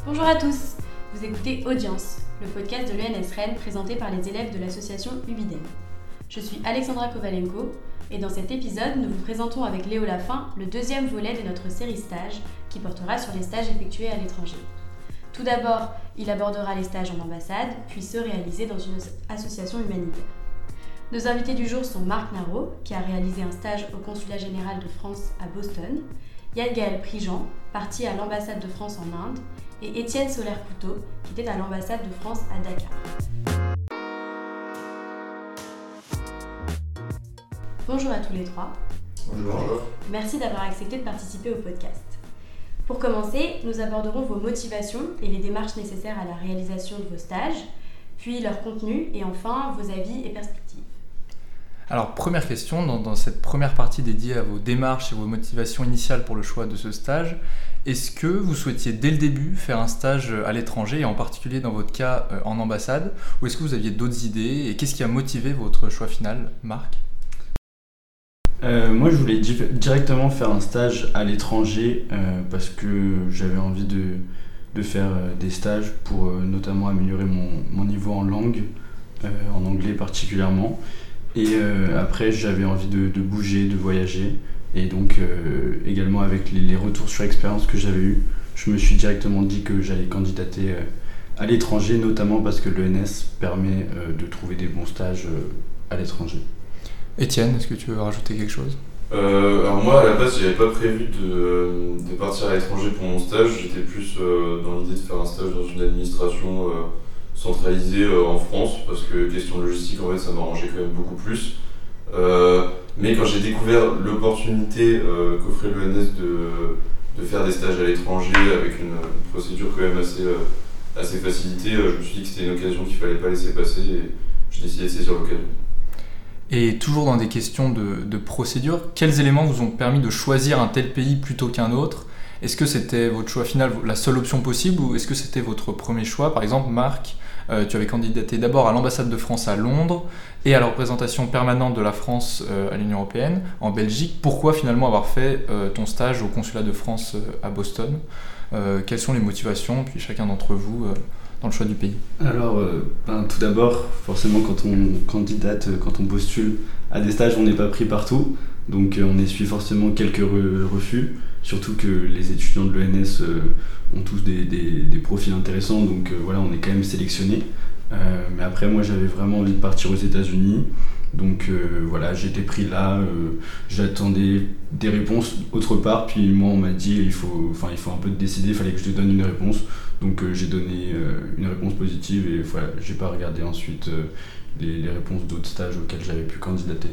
Bonjour à tous, vous écoutez Audience, le podcast de l'ENS Rennes présenté par les élèves de l'association UBIDEN. Je suis Alexandra Kovalenko et dans cet épisode, nous vous présentons avec Léo Lafin le deuxième volet de notre série Stage qui portera sur les stages effectués à l'étranger. Tout d'abord, il abordera les stages en ambassade, puis ceux réalisés dans une association humanitaire. Nos invités du jour sont Marc Narot, qui a réalisé un stage au Consulat général de France à Boston, Yann-Gaël Prigent, parti à l'ambassade de France en Inde, et Étienne Soler-Couteau, qui était à l'ambassade de France à Dakar. Bonjour à tous les trois. Bonjour. Merci d'avoir accepté de participer au podcast. Pour commencer, nous aborderons vos motivations et les démarches nécessaires à la réalisation de vos stages, puis leur contenu et enfin vos avis et perspectives. Alors, première question, dans cette première partie dédiée à vos démarches et vos motivations initiales pour le choix de ce stage, est-ce que vous souhaitiez dès le début faire un stage à l'étranger, et en particulier dans votre cas en ambassade, ou est-ce que vous aviez d'autres idées, et qu'est-ce qui a motivé votre choix final, Marc ? Moi, je voulais directement faire un stage à l'étranger parce que j'avais envie de faire des stages pour notamment améliorer mon niveau en langue, en anglais particulièrement. Et après, j'avais envie de bouger, de voyager. Et donc, également avec les retours sur expérience que j'avais eus, je me suis directement dit que j'allais candidater à l'étranger, notamment parce que l'ENS permet de trouver des bons stages à l'étranger. Étienne, est-ce que tu veux rajouter quelque chose ? Alors moi, à la base, j'avais pas prévu de partir à l'étranger pour mon stage. J'étais plus dans l'idée de faire un stage dans une administration centralisée en France, parce que question logistique, en fait, ça m'arrangeait quand même beaucoup plus. Mais quand j'ai découvert l'opportunité qu'offrait l'ENS de faire des stages à l'étranger avec une procédure quand même assez facilitée, je me suis dit que c'était une occasion qu'il fallait pas laisser passer et j'ai décidé de saisir l'occasion. Et toujours dans des questions de procédure, quels éléments vous ont permis de choisir un tel pays plutôt qu'un autre ? Est-ce que c'était votre choix final, la seule option possible, ou est-ce que c'était votre premier choix ? Par exemple, Marc, tu avais candidaté d'abord à l'ambassade de France à Londres et à la représentation permanente de la France à l'Union européenne en Belgique. Pourquoi finalement avoir fait ton stage au consulat de France à Boston ? Quelles sont les motivations, puis chacun d'entre vous dans le choix du pays ? Alors, tout d'abord, forcément, quand on candidate, quand on postule à des stages, on n'est pas pris partout. Donc, on essuie forcément quelques refus. Surtout que les étudiants de l'ENS ont tous des profils intéressants. Donc, voilà, on est quand même sélectionnés. Mais après, moi, j'avais vraiment envie de partir aux États-Unis. Donc, voilà, j'ai été pris là. J'attendais des réponses autre part. Puis, moi, on m'a dit il faut un peu te décider. Il fallait que je te donne une réponse. Donc j'ai donné une réponse positive et voilà, j'ai pas regardé ensuite les réponses d'autres stages auxquels j'avais pu candidater.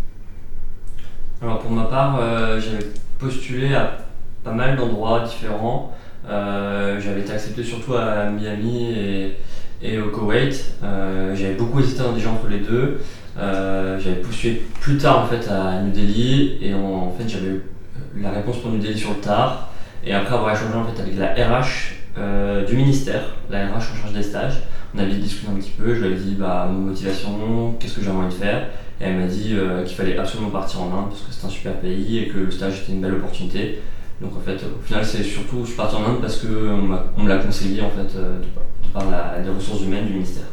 Alors pour ma part, j'avais postulé à pas mal d'endroits différents. J'avais été accepté surtout à Miami et au Koweït. J'avais beaucoup hésité déjà entre les deux. J'avais postulé plus tard en fait à New Delhi et en fait j'avais eu la réponse pour New Delhi sur le tard. Et après avoir échangé en fait avec la RH du ministère, la RH en charge des stages, on avait discuté un petit peu, je lui avais dit ma motivation, qu'est-ce que j'avais envie de faire, et elle m'a dit qu'il fallait absolument partir en Inde parce que c'est un super pays et que le stage était une belle opportunité. Donc en fait au final c'est surtout je suis parti en Inde parce qu'on me l'a conseillé en fait de par des ressources humaines du ministère.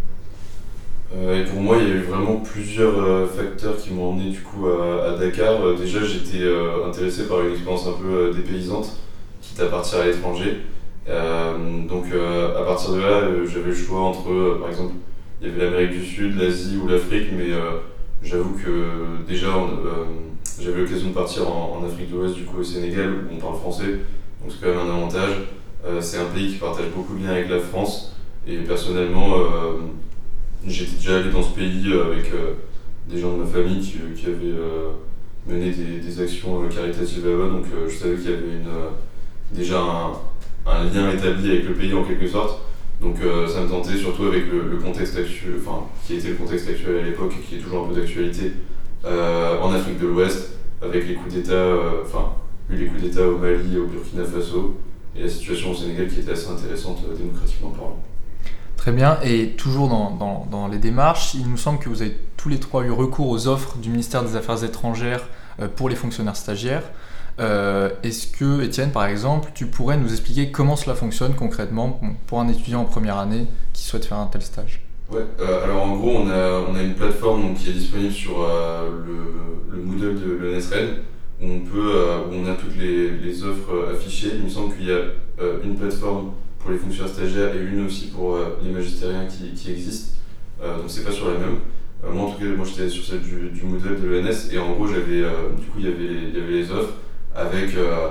Et pour moi, il y a eu vraiment plusieurs facteurs qui m'ont emmené du coup à Dakar. Déjà, j'étais intéressé par une expérience un peu dépaysante, quitte à partir à l'étranger. Donc à partir de là, j'avais le choix entre, par exemple, il y avait l'Amérique du Sud, l'Asie ou l'Afrique, mais j'avoue que déjà j'avais l'occasion de partir en Afrique de l'Ouest, du coup au Sénégal, où on parle français, donc c'est quand même un avantage. C'est un pays qui partage beaucoup de liens avec la France, et personnellement, j'étais déjà allé dans ce pays avec des gens de ma famille qui avaient mené des actions caritatives là-bas, donc je savais qu'il y avait déjà un lien établi avec le pays en quelque sorte. Donc ça me tentait surtout avec le contexte actuel, qui était le contexte actuel à l'époque et qui est toujours un peu d'actualité en Afrique de l'Ouest, avec les coups d'État, les coups d'État au Mali et au Burkina Faso, et la situation au Sénégal qui était assez intéressante démocratiquement parlant. Très bien, et toujours dans les démarches, il nous semble que vous avez tous les trois eu recours aux offres du ministère des Affaires étrangères pour les fonctionnaires stagiaires. Est-ce que, Étienne, par exemple, tu pourrais nous expliquer comment cela fonctionne concrètement pour un étudiant en première année qui souhaite faire un tel stage ? Ouais, alors en gros, on a une plateforme donc, qui est disponible sur le Moodle de l'ENS Rennes où on a toutes les offres affichées. Il me semble qu'il y a une plateforme pour les fonctionnaires stagiaires et une aussi pour les magistériens qui existent. Donc c'est pas sur la même. Moi en tout cas, j'étais sur celle du Moodle de l'ENS et en gros il y avait les offres avec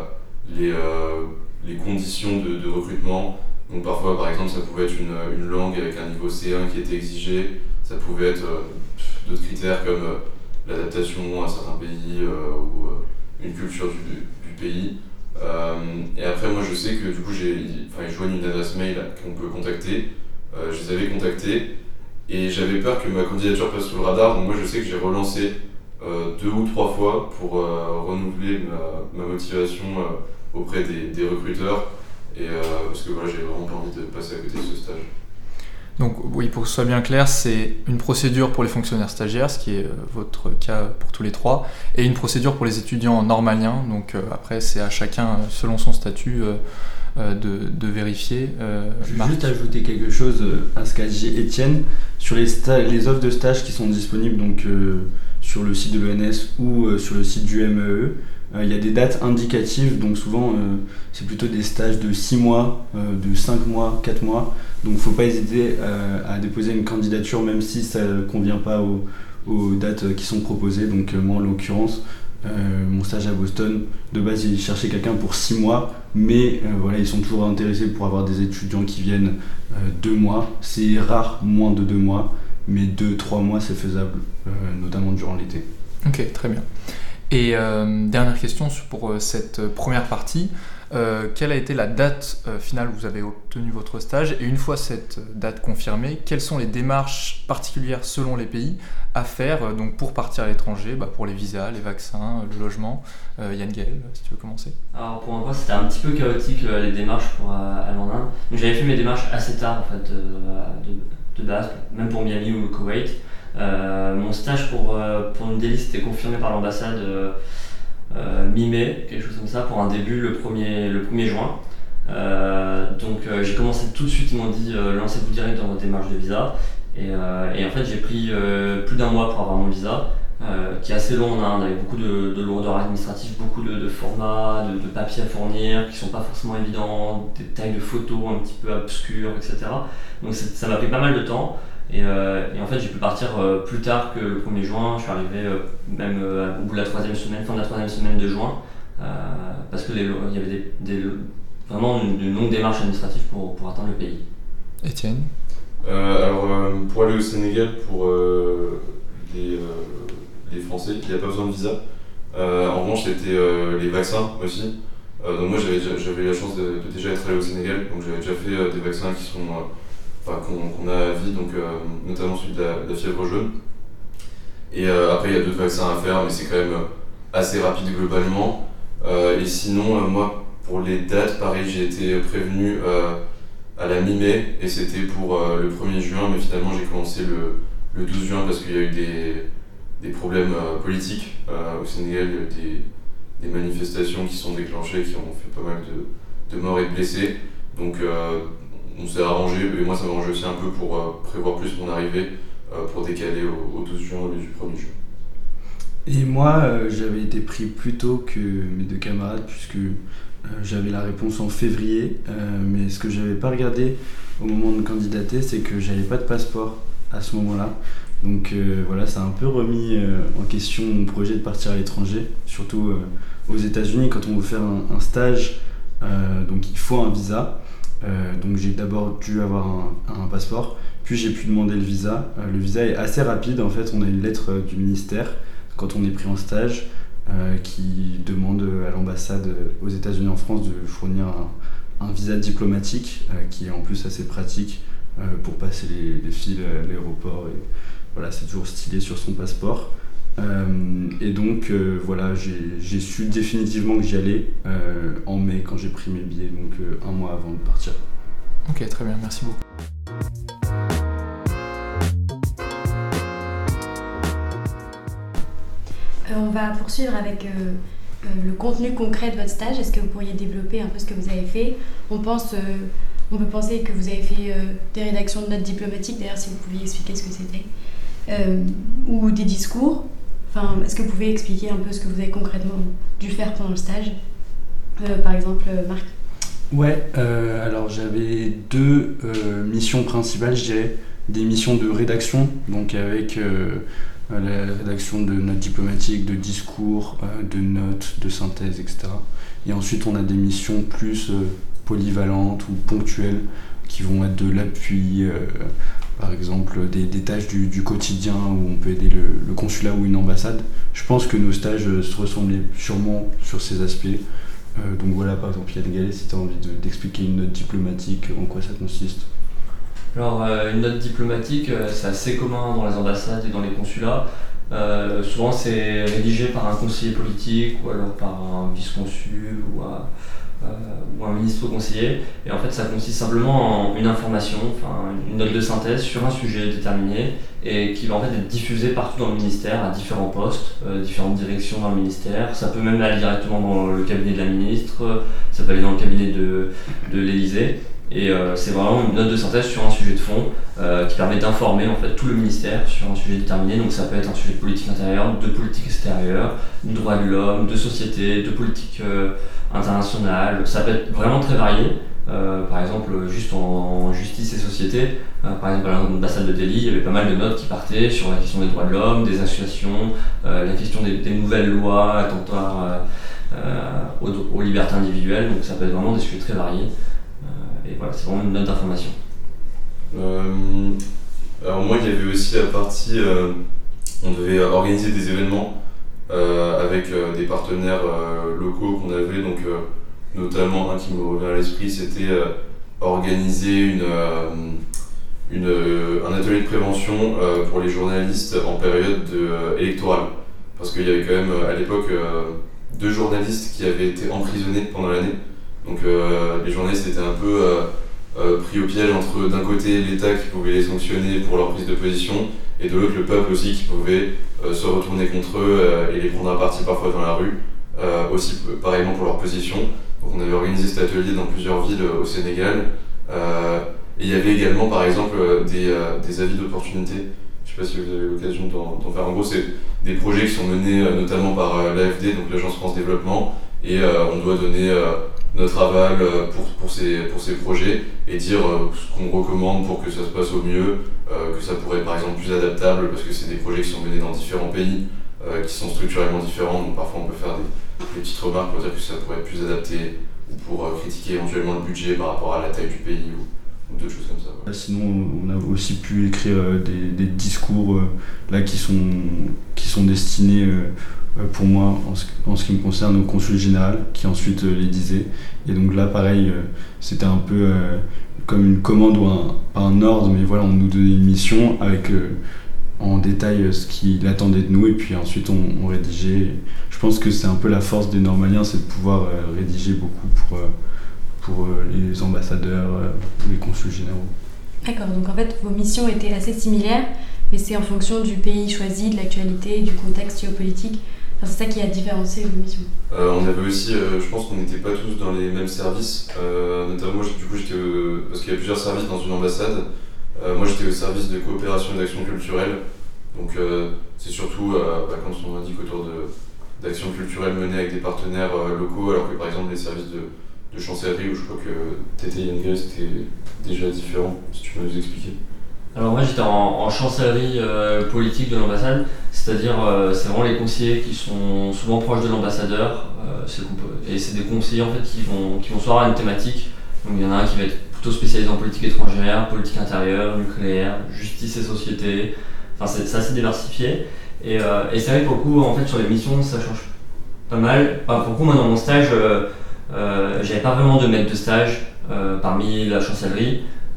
les conditions de recrutement. Donc parfois par exemple ça pouvait être une langue avec un niveau C1 qui était exigé, ça pouvait être d'autres critères comme l'adaptation à certains pays ou une culture du pays. Et après moi je sais que du coup ils joignent une adresse mail qu'on peut contacter. Je les avais contactés et j'avais peur que ma candidature passe sous le radar, donc moi je sais que j'ai relancé 2 ou 3 fois pour renouveler ma motivation auprès des recruteurs et parce que voilà, j'ai vraiment pas envie de passer à côté de ce stage. Donc oui, pour que ce soit bien clair, c'est une procédure pour les fonctionnaires stagiaires, ce qui est votre cas pour tous les 3, et une procédure pour les étudiants normaliens. Donc après, c'est à chacun, selon son statut, de vérifier. Je vais juste ajouter quelque chose à ce qu'a dit Étienne. Sur les offres de stage qui sont disponibles donc, sur le site de l'ENS ou sur le site du MEE, il y a des dates indicatives, donc souvent c'est plutôt des stages de 6 mois, de 5 mois, 4 mois. Donc il ne faut pas hésiter à déposer une candidature même si ça ne convient pas aux dates qui sont proposées. Donc moi en l'occurrence, mon stage à Boston, de base ils cherchaient quelqu'un pour 6 mois, mais voilà, ils sont toujours intéressés pour avoir des étudiants qui viennent 2 mois. C'est rare moins de 2 mois, mais 2-3 mois c'est faisable, notamment durant l'été. Ok, très bien. Et dernière question pour cette première partie, quelle a été la date finale où vous avez obtenu votre stage? Et une fois cette date confirmée, quelles sont les démarches particulières selon les pays à faire donc pour partir à l'étranger, pour les visas, les vaccins, le logement? Yann Gaël, si tu veux commencer. Alors pour moi c'était un petit peu chaotique les démarches pour aller en Inde. Donc j'avais fait mes démarches assez tard en fait, de base, même pour Miami ou le Koweït. Mon stage pour New Delhi c'était confirmé par l'ambassade mi-mai, quelque chose comme ça, pour un début le 1er juin. Donc j'ai commencé tout de suite, ils m'ont dit lancez-vous direct dans votre démarche de visa. Et en fait j'ai pris plus d'1 mois pour avoir mon visa, qui est assez long en Inde, avec beaucoup de lourdeur administrative, beaucoup de formats, de papiers à fournir qui sont pas forcément évidents, des tailles de photos un petit peu obscures, etc. Donc ça m'a pris pas mal de temps. Et en fait j'ai pu partir plus tard que le 1er juin, je suis arrivé même au bout de la 3e semaine, fin de la 3e semaine de juin, parce que il y avait vraiment une longue démarche administrative pour atteindre le pays. Étienne? Alors pour aller au Sénégal, pour les Français, il n'y a pas besoin de visa. En revanche c'était les vaccins aussi. Donc moi j'avais la chance de déjà être allé au Sénégal, donc j'avais déjà fait des vaccins qui sont qu'on a à vie, donc notamment celui de la fièvre jaune. Et après il y a d'autres vaccins à faire, mais c'est quand même assez rapide globalement. Et sinon moi pour les dates, pareil, j'ai été prévenu à la mi-mai et c'était pour le 1er juin, mais finalement j'ai commencé le 12 juin parce qu'il y a eu des problèmes politiques au Sénégal. Il y a eu des manifestations qui sont déclenchées, qui ont fait pas mal de morts et de blessés. Donc on s'est arrangé, et moi ça m'a arrangé aussi un peu pour prévoir plus mon arrivée, pour décaler au 12 juin au lieu du 1er juin. Et moi j'avais été pris plus tôt que mes 2 camarades puisque j'avais la réponse en février, mais ce que j'avais pas regardé au moment de candidater, c'est que j'avais pas de passeport à ce moment-là. Donc voilà, ça a un peu remis en question mon projet de partir à l'étranger, surtout aux États-Unis quand on veut faire un stage, donc il faut un visa. Donc j'ai d'abord dû avoir un passeport, puis j'ai pu demander le visa. Le visa est assez rapide, en fait on a une lettre du ministère quand on est pris en stage qui demande à l'ambassade aux États-Unis en France de fournir un visa diplomatique qui est en plus assez pratique pour passer les fils à l'aéroport. Et voilà, c'est toujours stylé sur son passeport. Et donc voilà, j'ai su définitivement que j'y allais en mai quand j'ai pris mes billets, donc 1 mois avant de partir. Ok, très bien, merci beaucoup. On va poursuivre avec le contenu concret de votre stage. Est-ce que vous pourriez développer un peu ce que vous avez fait? On peut penser que vous avez fait des rédactions de notes diplomatiques, d'ailleurs si vous pouviez expliquer ce que c'était, ou des discours. Enfin, est-ce que vous pouvez expliquer un peu ce que vous avez concrètement dû faire pendant le stage? Par exemple, Marc. Ouais, alors j'avais deux missions principales, je dirais. Des missions de rédaction, donc avec la rédaction de notes diplomatiques, de discours, de notes, de synthèse, etc. Et ensuite on a des missions plus polyvalentes ou ponctuelles qui vont être de l'appui, par exemple des tâches du quotidien où on peut aider le consulat ou une ambassade. Je pense que nos stages se ressemblaient sûrement sur ces aspects. Donc voilà, par exemple Yann Gallet, si tu as envie d'expliquer une note diplomatique, en quoi ça consiste. Alors, une note diplomatique, c'est assez commun dans les ambassades et dans les consulats. Souvent, c'est rédigé par un conseiller politique ou alors par un vice-consul ou un ministre conseiller. Et en fait, ça consiste simplement en une information, enfin une note de synthèse sur un sujet déterminé et qui va en fait être diffusée partout dans le ministère à différents postes, différentes directions dans le ministère. Ça peut même aller directement dans le cabinet de la ministre, ça peut aller dans le cabinet de l'Élysée. Et c'est vraiment une note de synthèse sur un sujet de fond qui permet d'informer en fait tout le ministère sur un sujet déterminé. Donc ça peut être un sujet de politique intérieure, de politique extérieure, de droits de l'homme, de société, de politique internationale. Ça peut être vraiment très varié. Par exemple, juste en justice et société, par exemple à l'ambassade de Delhi, il y avait pas mal de notes qui partaient sur la question des droits de l'homme, des associations, la question des nouvelles lois, attentats aux libertés individuelles. Donc ça peut être vraiment des sujets très variés. Et voilà, c'est vraiment une note d'information. Alors moi, il y avait aussi la partie, on devait organiser des événements avec des partenaires locaux qu'on avait, donc notamment un qui me revient à l'esprit, c'était organiser un atelier de prévention pour les journalistes en période électorale. Parce qu'il y avait quand même à l'époque 2 journalistes qui avaient été emprisonnés pendant l'année. Donc les journalistes étaient un peu pris au piège entre d'un côté l'État qui pouvait les sanctionner pour leur prise de position et de l'autre le peuple aussi qui pouvait se retourner contre eux et les prendre à partie parfois dans la rue, aussi pareillement pour leur position. Donc on avait organisé cet atelier dans plusieurs villes au Sénégal et il y avait également par exemple des avis d'opportunité. Je ne sais pas si vous avez l'occasion d'en faire. En gros, c'est des projets qui sont menés notamment par l'AFD, donc l'Agence France Développement, et on doit donner notre aval pour ces projets et dire ce qu'on recommande pour que ça se passe au mieux, que ça pourrait être par exemple plus adaptable parce que c'est des projets qui sont menés dans différents pays qui sont structurellement différents, donc parfois on peut faire des petites remarques pour dire que ça pourrait être plus adapté ou pour critiquer éventuellement le budget par rapport à la taille du pays ou d'autres choses comme ça. Voilà. Sinon on a aussi pu écrire des discours là qui sont destinés pour moi, en ce qui me concerne, au consul général, qui ensuite les disait. Et donc là, pareil, c'était un peu comme une commande ou pas un ordre, mais voilà, on nous donnait une mission avec en détail ce qu'il attendait de nous, et puis ensuite on rédigeait. Je pense que c'est un peu la force des Normaliens, c'est de pouvoir rédiger beaucoup pour les ambassadeurs, les consuls généraux. D'accord, donc en fait, vos missions étaient assez similaires, mais c'est en fonction du pays choisi, de l'actualité, du contexte géopolitique. Enfin, c'est ça qui a différencié vos missions. On avait aussi, je pense qu'on n'était pas tous dans les mêmes services. Notamment, moi, du coup, j'étais parce qu'il y a plusieurs services dans une ambassade. Moi, j'étais au service de coopération et d'action culturelle. Donc, c'est surtout quand on indique autour d'actions culturelles menées avec des partenaires locaux, alors que par exemple, les services de chancellerie, où je crois que Tété Yann Gallet, c'était déjà différent. Si tu peux nous expliquer. Alors moi j'étais en chancellerie politique de l'ambassade, c'est-à-dire c'est vraiment les conseillers qui sont souvent proches de l'ambassadeur, et c'est des conseillers en fait qui vont soit avoir une thématique, donc il y en a un qui va être plutôt spécialisé en politique étrangère, politique intérieure, nucléaire, justice et société, enfin c'est assez diversifié, et c'est vrai que pour le coup en fait sur les missions ça change pas mal. Pour le coup moi dans mon stage j'avais pas vraiment de maître de stage parmi la chancellerie.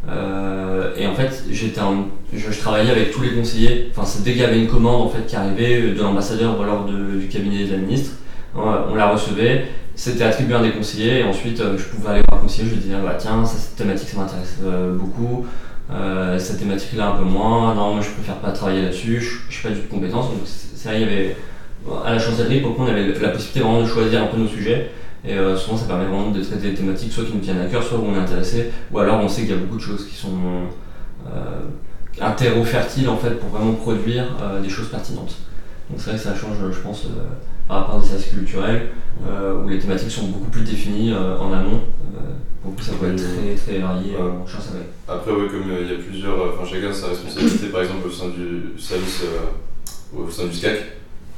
Et en fait, je travaillais avec tous les conseillers. Enfin, c'est dès qu'il y avait une commande en fait qui arrivait de l'ambassadeur ou alors du cabinet de la ministre, on la recevait. C'était attribué à un des conseillers et ensuite je pouvais aller voir un conseiller. Je lui disais tiens, cette thématique ça m'intéresse beaucoup. Cette thématique là un peu moins. Non, moi je préfère pas travailler là-dessus. Je suis pas du tout compétence. Donc c'est là il À la chancellerie, pour le coup, on avait la possibilité vraiment de choisir un peu nos sujets. Et souvent, ça permet vraiment de traiter des thématiques soit qui nous tiennent à cœur, soit où on est intéressé, ou alors on sait qu'il y a beaucoup de choses qui sont un terreau fertile en fait pour vraiment produire des choses pertinentes. Donc c'est vrai que ça change, je pense, par rapport à des services culturels où les thématiques sont beaucoup plus définies en amont. Pour le coup, ça peut être très très varié en chancellerie. Après, ouais, comme il y a plusieurs, chacun a sa responsabilité, par exemple au sein du service, au sein du SCAC.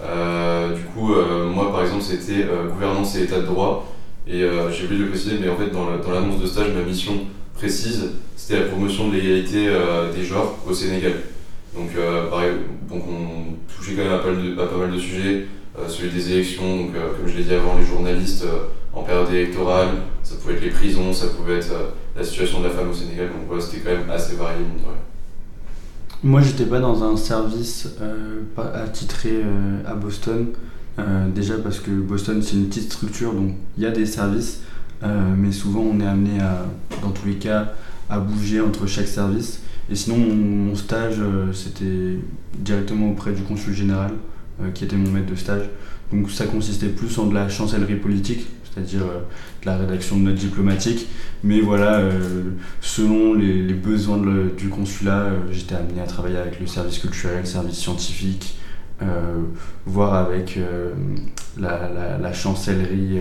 Moi par exemple c'était gouvernance et état de droit et j'ai oublié de le préciser mais en fait dans l'annonce de stage ma mission précise c'était la promotion de l'égalité des genres au Sénégal. Donc on touchait quand même à pas mal de sujets, celui des élections, donc comme je l'ai dit avant les journalistes en période électorale, ça pouvait être les prisons, ça pouvait être la situation de la femme au Sénégal, donc voilà, c'était quand même assez varié. Moi, j'étais pas dans un service attitré à Boston, déjà parce que Boston c'est une petite structure, donc il y a des services, mais souvent on est amené dans tous les cas, à bouger entre chaque service. Et sinon, mon stage, c'était directement auprès du consul général, qui était mon maître de stage. Donc ça consistait plus en de la chancellerie politique, c'est-à-dire de la rédaction de notes diplomatiques. Mais voilà, selon les besoins du consulat, j'étais amené à travailler avec le service culturel, le service scientifique, voire avec la chancellerie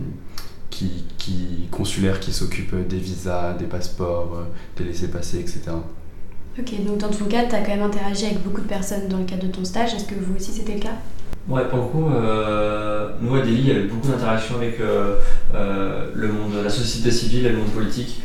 consulaire qui s'occupe des visas, des passeports, des laissez-passer, etc. Ok, donc dans ton cas, tu as quand même interagi avec beaucoup de personnes dans le cadre de ton stage. Est-ce que vous aussi c'était le cas ? Ouais, pour le coup, nous à Delhi, il y avait beaucoup d'interactions avec le monde, la société civile et le monde politique.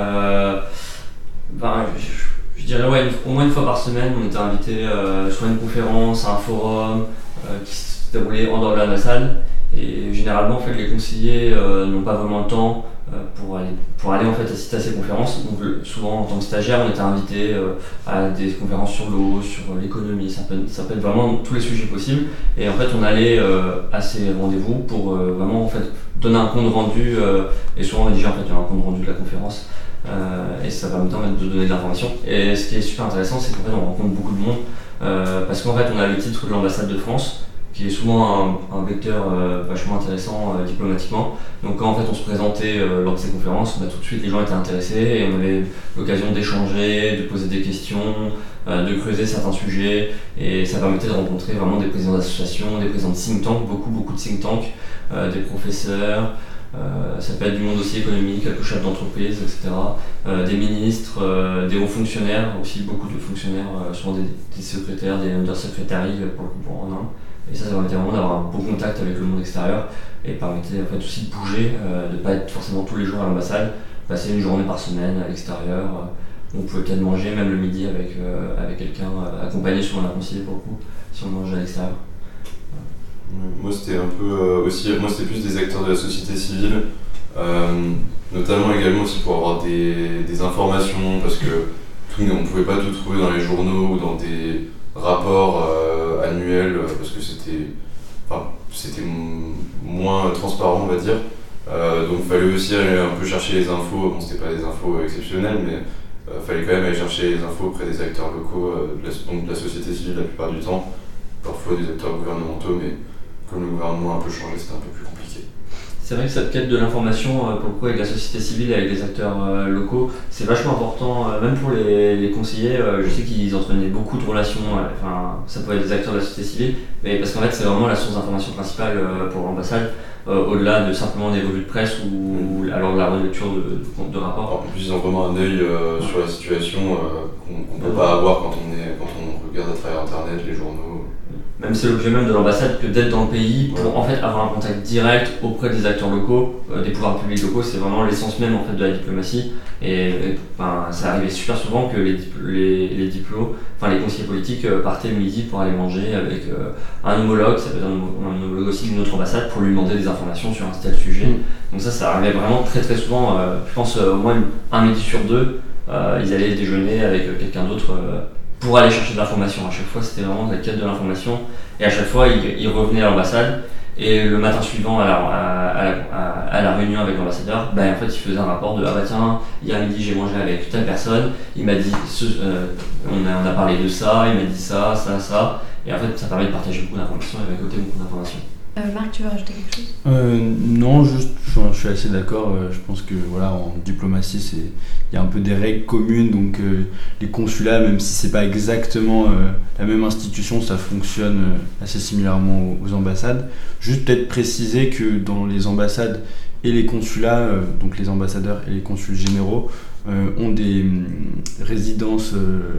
Je dirais ouais, au moins une fois par semaine, on était invité soit à une conférence, à un forum qui se déroulait en dehors de l'ambassade. Et généralement, en fait, les conseillers n'ont pas vraiment le temps pour aller en fait assister à ces conférences. Donc souvent, en tant que stagiaire, on était invité à des conférences sur l'eau, sur l'économie, ça peut être vraiment tous les sujets possibles. Et en fait, on allait à ces rendez-vous pour vraiment en fait donner un compte rendu. Et souvent, on dit en fait, il y a un compte rendu de la conférence. Et ça permet de donner de l'information. Et ce qui est super intéressant, c'est qu'en fait, on rencontre beaucoup de monde parce qu'en fait, on a le titre de l'ambassade de France, qui est souvent un vecteur vachement intéressant diplomatiquement. Donc quand en fait on se présentait lors de ces conférences, tout de suite les gens étaient intéressés et on avait l'occasion d'échanger, de poser des questions, de creuser certains sujets, et ça permettait de rencontrer vraiment des présidents d'associations, des présidents de think tanks, beaucoup de think tanks, des professeurs, ça peut être du monde aussi économique, quelques chefs d'entreprise, etc. Des ministres, des hauts fonctionnaires, aussi beaucoup de fonctionnaires, souvent des secrétaires, des undersecretaries pour en Inde. Et ça permettait vraiment d'avoir un bon contact avec le monde extérieur et permettait en fait aussi de bouger, de ne pas être forcément tous les jours à l'ambassade, passer une journée par semaine à l'extérieur. On pouvait peut-être manger même le midi avec quelqu'un, accompagné souvent d'un conseiller pour le coup, si on mangeait à l'extérieur. Moi c'était un peu moi c'était plus des acteurs de la société civile, notamment également aussi pour avoir des informations, parce que on ne pouvait pas tout trouver dans les journaux ou dans des rapports annuels, parce que c'était moins transparent, on va dire. Donc il fallait aussi aller un peu chercher les infos. Bon, c'était pas des infos exceptionnelles, mais fallait quand même aller chercher les infos auprès des acteurs locaux, donc de la société civile la plupart du temps, parfois des acteurs gouvernementaux, mais comme le gouvernement a un peu changé, c'était un peu plus compliqué. C'est vrai que cette quête de l'information, pour le coup, avec la société civile et avec les acteurs locaux, c'est vachement important, même pour les conseillers. Je sais qu'ils entretenaient beaucoup de relations, ça peut être des acteurs de la société civile, mais parce qu'en fait, c'est vraiment la source d'information principale pour l'ambassade, au-delà de simplement des revues de presse ou alors de la relecture de rapports. En plus, ils ont vraiment un œil sur la situation qu'on ne peut pas avoir quand on regarde à travers Internet, les journaux. Même c'est l'objet même de l'ambassade que d'être dans le pays pour en fait avoir un contact direct auprès des acteurs locaux, des pouvoirs publics locaux. C'est vraiment l'essence même en fait de la diplomatie. Et ça arrivait super souvent que les conseillers politiques partaient le midi pour aller manger avec un homologue, ça peut être un homologue aussi d'une autre ambassade, pour lui demander des informations sur un tel sujet. Donc ça arrivait vraiment très très souvent. Je pense au moins un midi sur deux, ils allaient déjeuner avec quelqu'un d'autre pour aller chercher de l'information. À chaque fois, c'était vraiment la quête de l'information. Et à chaque fois, ils revenaient à l'ambassade. Et le matin suivant, à la réunion avec l'ambassadeur, en fait, il faisait un rapport de « Ah bah tiens, hier midi, j'ai mangé avec telle personne. Il m'a dit, on a parlé de ça, il m'a dit ça. » Et en fait, ça permet de partager beaucoup d'informations et de récolter beaucoup d'informations. Marc, tu veux rajouter quelque chose ? Non, juste, je suis assez d'accord. Je pense que voilà, en diplomatie, il y a un peu des règles communes. Donc, les consulats, même si c'est pas exactement la même institution, ça fonctionne assez similairement aux ambassades. Juste peut-être préciser que dans les ambassades et les consulats, donc les ambassadeurs et les consuls généraux, ont des résidences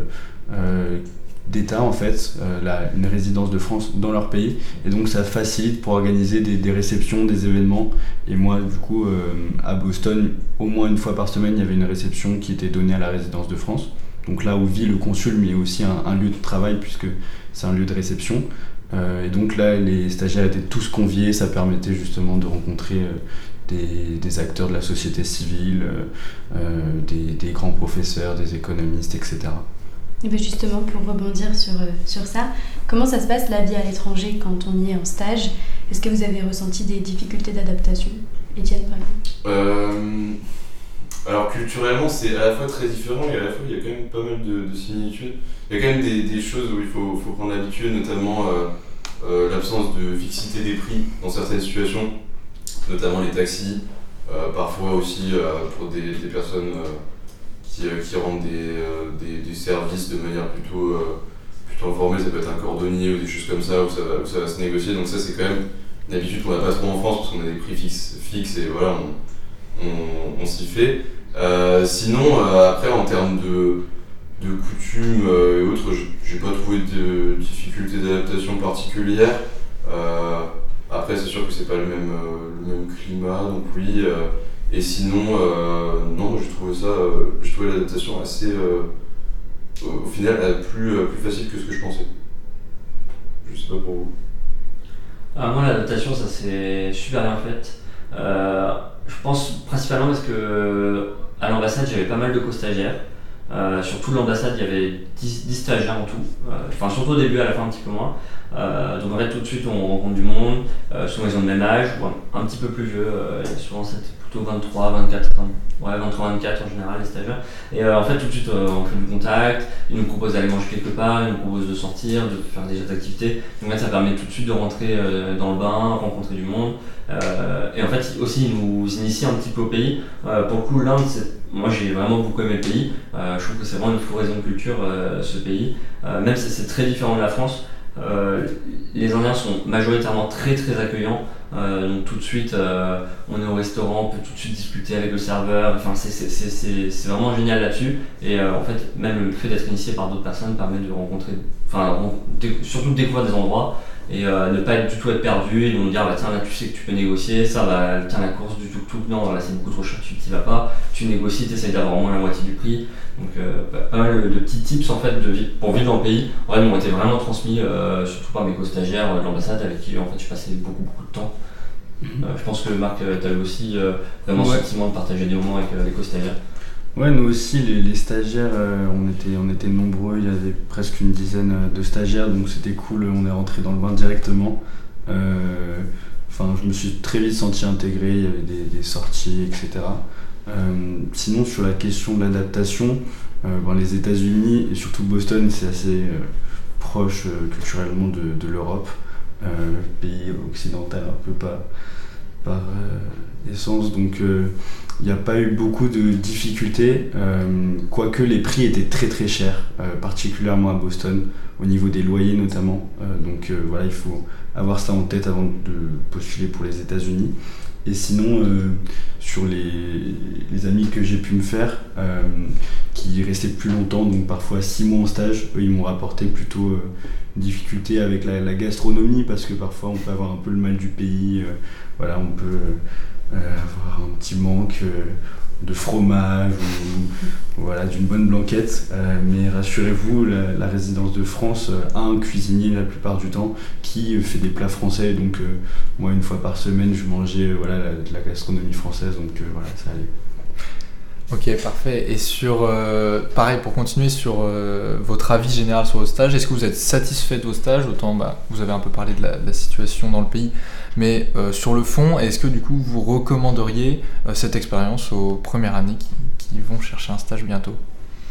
d'État en fait, une résidence de France dans leur pays, et donc ça facilite pour organiser des réceptions, des événements. Et moi du coup à Boston, au moins une fois par semaine, il y avait une réception qui était donnée à la résidence de France, donc là où vit le consul, mais aussi un lieu de travail puisque c'est un lieu de réception. Et donc là les stagiaires étaient tous conviés, ça permettait justement de rencontrer des acteurs de la société civile, des grands professeurs, des économistes, etc. Et bien justement, pour rebondir sur ça, comment ça se passe la vie à l'étranger quand on y est en stage ? Est-ce que vous avez ressenti des difficultés d'adaptation ? Étienne, par exemple ? Alors culturellement, c'est à la fois très différent et à la fois il y a quand même pas mal de similitudes. Il y a quand même des choses où il faut prendre l'habitude, notamment l'absence de fixité des prix dans certaines situations, notamment les taxis, parfois aussi pour des personnes qui rendent des services de manière plutôt informelle. Ça peut être un cordonnier ou des choses comme ça où ça va se négocier. Donc ça, c'est quand même une habitude qu'on n'a pas trop en France parce qu'on a des prix fixes et voilà, on s'y fait. Sinon, après, en termes de coutumes et autres, j'ai pas trouvé de difficultés d'adaptation particulières. Après, c'est sûr que c'est pas le même climat, donc oui. Et sinon, non, j'ai trouvé l'adaptation assez, au final, plus facile que ce que je pensais. Je sais pas pour vous. Moi, l'adaptation, ça s'est super bien fait. Je pense principalement parce que à l'ambassade, j'avais pas mal de co-stagiaires. Sur toute l'ambassade, il y avait 10 stagiaires en tout. Surtout au début, à la fin un petit peu moins. Donc en fait, tout de suite, on rencontre du monde. Souvent, ils ont le même âge, ou un petit peu plus vieux. Souvent, c'est plutôt 23, 24 ans. Ouais, 23, 24 en général, les stagiaires. Et en fait, tout de suite, on fait du contact. Ils nous proposent d'aller manger quelque part, ils nous proposent de sortir, de faire des activités. Donc en fait, ça permet tout de suite de rentrer dans le bain, rencontrer du monde. Et en fait, aussi, ils nous initient un petit peu au pays. Pour le coup, l'Inde, moi j'ai vraiment beaucoup aimé le pays. Je trouve que c'est vraiment une floraison de culture, ce pays. Même si c'est très différent de la France, les Indiens sont majoritairement très très accueillants. Donc tout de suite, on est au restaurant, on peut tout de suite discuter avec le serveur. Enfin, c'est vraiment génial là-dessus. Et en fait, même le fait d'être initié par d'autres personnes permet de rencontrer, surtout de découvrir des endroits. Et ne pas du tout être perdu. Ils vont me dire tiens, là tu sais que tu peux négocier, ça tiens, la course du tuk-tuk, non là c'est beaucoup trop cher, tu t'y vas pas, tu négocies, tu essayes d'avoir au moins la moitié du prix. Donc pas mal de petits tips en fait pour vivre dans le pays. Ouais, ils m'ont été vraiment transmis, surtout par mes co-stagiaires de l'ambassade avec qui en fait je passais beaucoup de temps. Je pense que Marc, tu as eu aussi vraiment le sentiment de partager des moments avec les co-stagiaires. Ouais, nous aussi, les stagiaires, on était nombreux, il y avait presque une dizaine de stagiaires, donc c'était cool, on est rentré dans le bain directement. Je me suis très vite senti intégré, il y avait des sorties, etc. Sinon, sur la question de l'adaptation, les États-Unis et surtout Boston, c'est assez proche culturellement de l'Europe, pays occidental un peu par essence, donc il n'y a pas eu beaucoup de difficultés, quoique les prix étaient très très chers, particulièrement à Boston, au niveau des loyers notamment. Il faut avoir ça en tête avant de postuler pour les États-Unis. Et sinon, sur les amis que j'ai pu me faire, qui restaient plus longtemps, donc parfois 6 mois en stage, eux ils m'ont rapporté plutôt difficulté avec la gastronomie, parce que parfois on peut avoir un peu le mal du pays, on peut avoir un petit manque de fromage ou d'une bonne blanquette, mais rassurez-vous, la résidence de France a un cuisinier la plupart du temps qui fait des plats français, donc moi une fois par semaine je mangeais de la gastronomie française, donc ça allait. Ok, parfait. Et pareil, pour continuer sur votre avis général sur vos stages, est-ce que vous êtes satisfait de vos stages ? Autant, vous avez un peu parlé de la situation dans le pays, mais sur le fond, est-ce que du coup vous recommanderiez cette expérience aux premières années qui vont chercher un stage bientôt ?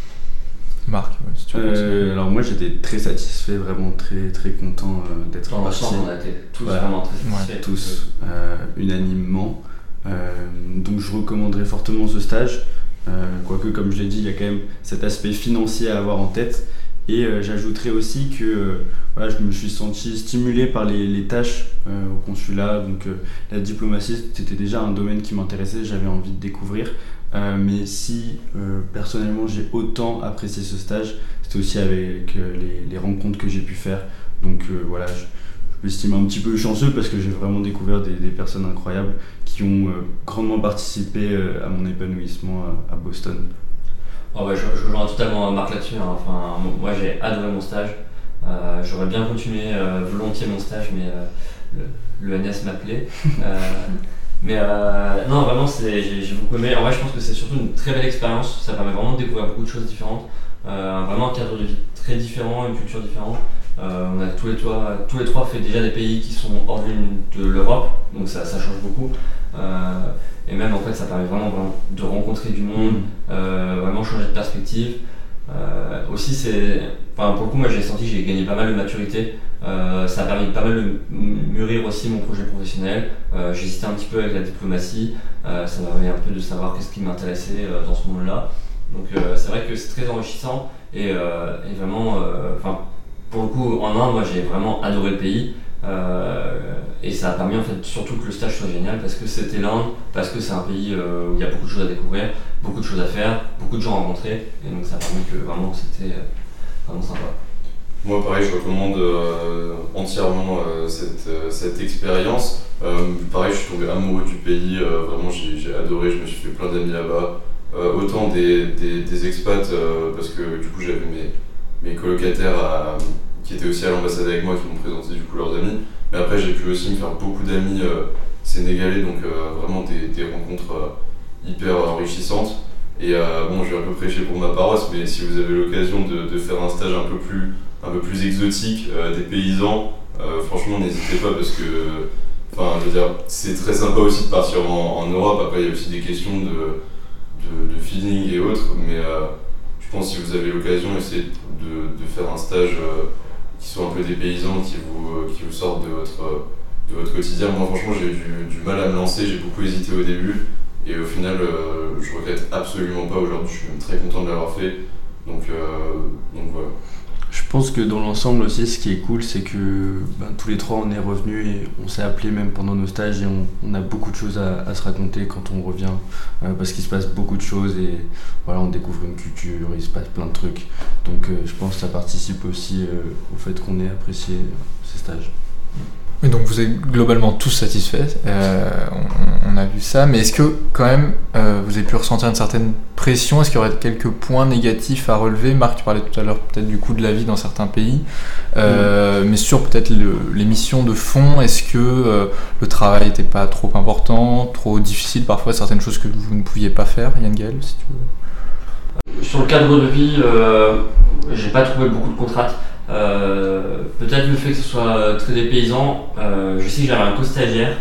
Marc, si tu veux Alors moi j'étais très satisfait, vraiment très très content d'être Dans parti. l'ensemble, on a été tous vraiment très satisfaits. Tous unanimement. Donc je recommanderais fortement ce stage. Quoique comme je l'ai dit, il y a quand même cet aspect financier à avoir en tête. Et j'ajouterais aussi que je me suis senti stimulé par les tâches au consulat. Donc la diplomatie, c'était déjà un domaine qui m'intéressait, j'avais envie de découvrir. Mais si personnellement j'ai autant apprécié ce stage, c'était aussi avec les rencontres que j'ai pu faire. Donc je m'estime un petit peu chanceux parce que j'ai vraiment découvert des personnes incroyables qui ont grandement participé à mon épanouissement à Boston. Je rejoins totalement Marc là-dessus. Enfin, moi j'ai adoré mon stage. J'aurais bien continué volontiers mon stage, mais l'ENS m'appelait. Non, vraiment, j'ai beaucoup aimé. En vrai, je pense que c'est surtout une très belle expérience. Ça permet vraiment de découvrir beaucoup de choses différentes. Vraiment un cadre de vie très différent, une culture différente. On a tous les trois fait déjà des pays qui sont hors de l'Europe, donc ça change beaucoup. Et même en fait, ça permet vraiment de rencontrer du monde, vraiment changer de perspective. Aussi, pour le coup, moi j'ai senti que j'ai gagné pas mal de maturité. Ça a permis de pas mal de mûrir aussi mon projet professionnel. J'hésitais un petit peu avec la diplomatie. Ça m'a permis un peu de savoir qu'est-ce qui m'intéressait dans ce monde-là. Donc c'est vrai que c'est très enrichissant et vraiment, pour le coup, en Inde, moi j'ai vraiment adoré le pays. Et ça a permis en fait surtout que le stage soit génial parce que c'était l'Inde, parce que c'est un pays où il y a beaucoup de choses à découvrir, beaucoup de choses à faire, beaucoup de gens à rencontrer, et donc ça a permis que vraiment c'était vraiment sympa. Moi pareil, je recommande entièrement cette expérience. Pareil, je suis tombé amoureux du pays, vraiment j'ai adoré, je me suis fait plein d'amis là-bas. Autant des expats, parce que du coup j'avais mes colocataires qui étaient aussi à l'ambassade avec moi qui m'ont présenté du coup leurs amis. Mais après j'ai pu aussi me faire beaucoup d'amis sénégalais, donc vraiment des rencontres hyper enrichissantes. Et je vais un peu prêcher pour ma paroisse, mais si vous avez l'occasion de faire un stage un peu plus exotique, des paysans, franchement n'hésitez pas parce que c'est très sympa aussi de partir en Europe. Après il y a aussi des questions de feeling et autres, mais je pense que si vous avez l'occasion, essayez de faire un stage qui soit un peu des paysans, qui vous sortent de votre quotidien. Moi franchement j'ai eu du mal à me lancer, j'ai beaucoup hésité au début et au final je regrette absolument pas aujourd'hui, je suis même très content de l'avoir fait. Donc voilà. Je pense que dans l'ensemble aussi, ce qui est cool, c'est que tous les trois on est revenus et on s'est appelés même pendant nos stages et on a beaucoup de choses à se raconter quand on revient parce qu'il se passe beaucoup de choses et voilà, on découvre une culture, il se passe plein de trucs. Donc je pense que ça participe aussi au fait qu'on ait apprécié ces stages. Et donc vous êtes globalement tous satisfaits, on a vu ça, mais est-ce que quand même vous avez pu ressentir une certaine pression? Est-ce qu'il y aurait quelques points négatifs à relever? Marc, tu parlais tout à l'heure peut-être du coût de la vie dans certains pays, mais sur peut-être les missions de fond, est-ce que le travail n'était pas trop important, trop difficile parfois, certaines choses que vous ne pouviez pas faire? Yann Gaël, si tu veux. Sur le cadre de vie, j'ai pas trouvé beaucoup de contraintes. Peut-être le fait que ce soit très dépaysant. Je sais que j'avais un co-stagiaire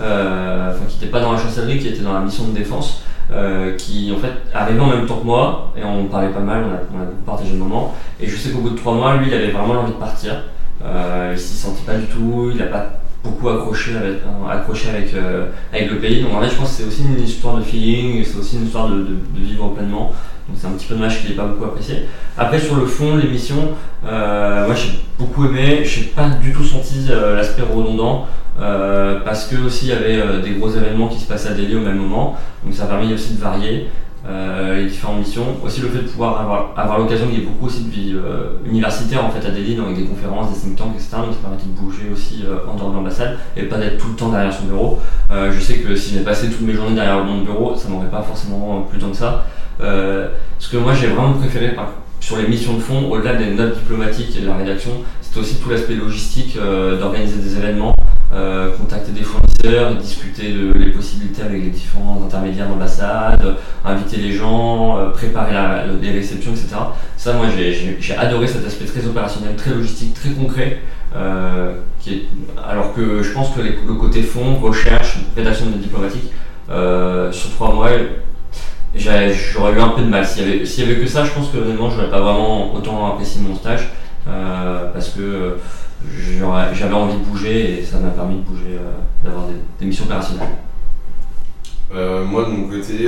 qui n'était pas dans la chancellerie, qui était dans la mission de défense, qui en fait arrivait en même temps que moi et on parlait pas mal, on a beaucoup partagé le moment. Et je sais qu'au bout de 3 mois, lui il avait vraiment l'envie de partir. Il s'y sentait pas du tout, il n'a pas beaucoup accroché avec le pays. Donc en fait je pense que c'est aussi une histoire de feeling, c'est aussi une histoire de vivre pleinement. Donc c'est un petit peu dommage qu'il n'ait pas beaucoup apprécié. Après sur le fond, l'émission, moi j'ai beaucoup aimé, je n'ai pas du tout senti l'aspect redondant parce que aussi il y avait des gros événements qui se passaient à Delhi au même moment, donc ça a permis aussi de varier les différentes missions. Aussi le fait de pouvoir avoir l'occasion qu'il y ait beaucoup aussi de vie universitaire en fait à Delhi, donc avec des conférences, des think tanks, etc. Donc ça permettait de bouger aussi en dehors de l'ambassade et pas d'être tout le temps derrière son bureau. Je sais que si j'avais passé toutes mes journées derrière mon bureau, ça m'aurait pas forcément plus tant que ça. Ce que moi j'ai vraiment préféré sur les missions de fond, au-delà des notes diplomatiques et de la rédaction, c'était aussi tout l'aspect logistique, d'organiser des événements, contacter des fournisseurs, discuter les possibilités avec les différents intermédiaires d'ambassade, inviter les gens, préparer les réceptions, etc. Ça moi j'ai adoré cet aspect très opérationnel, très logistique, très concret, alors que je pense que le côté fond, recherche, rédaction de notes diplomatiques, sur 3 mois, j'aurais eu un peu de mal. S'il y avait que ça, je pense que honnêtement, j'aurais pas vraiment autant apprécié mon stage parce que j'avais envie de bouger et ça m'a permis de bouger, d'avoir des missions opérationnelles. Moi de mon côté,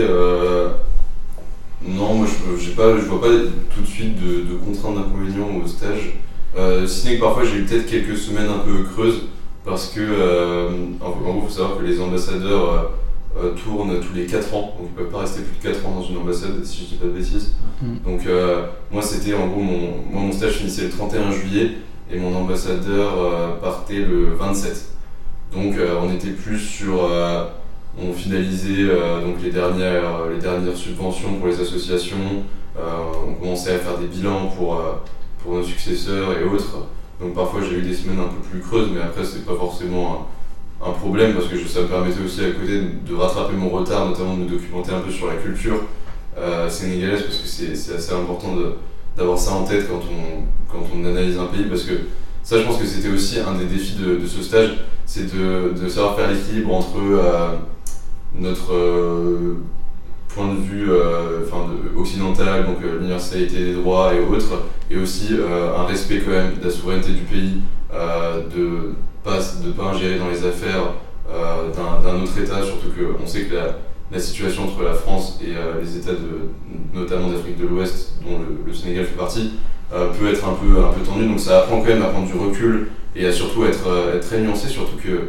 non, moi je vois pas tout de suite de contraintes d'inconvénients au stage. Si n'est que parfois j'ai eu peut-être quelques semaines un peu creuses parce que en gros il faut savoir que les ambassadeurs tournent tous les 4 ans, donc ils peuvent pas rester plus de 4 ans dans une ambassade si je dis pas de bêtises. Donc moi c'était en gros mon stage finissait le 31 juillet et mon ambassadeur partait le 27. Donc on était plus sur on finalisait donc les dernières subventions pour les associations, on commençait à faire des bilans pour nos successeurs et autres. Donc parfois j'ai eu des semaines un peu plus creuses, mais après c'est pas forcément un problème parce que ça me permettait aussi à côté de rattraper mon retard, notamment de me documenter un peu sur la culture sénégalaise parce que c'est assez important d'avoir ça en tête quand on analyse un pays, parce que ça je pense que c'était aussi un des défis de ce stage, c'est de savoir faire l'équilibre entre notre point de vue occidental, donc l'universalité des droits et autres, et aussi un respect quand même de la souveraineté du pays, de pas ingérer dans les affaires d'un autre État, surtout qu'on sait que la situation entre la France et les États notamment d'Afrique de l'Ouest, dont le Sénégal fait partie, peut être un peu tendue, donc ça apprend quand même à prendre du recul et à surtout être très nuancé, surtout que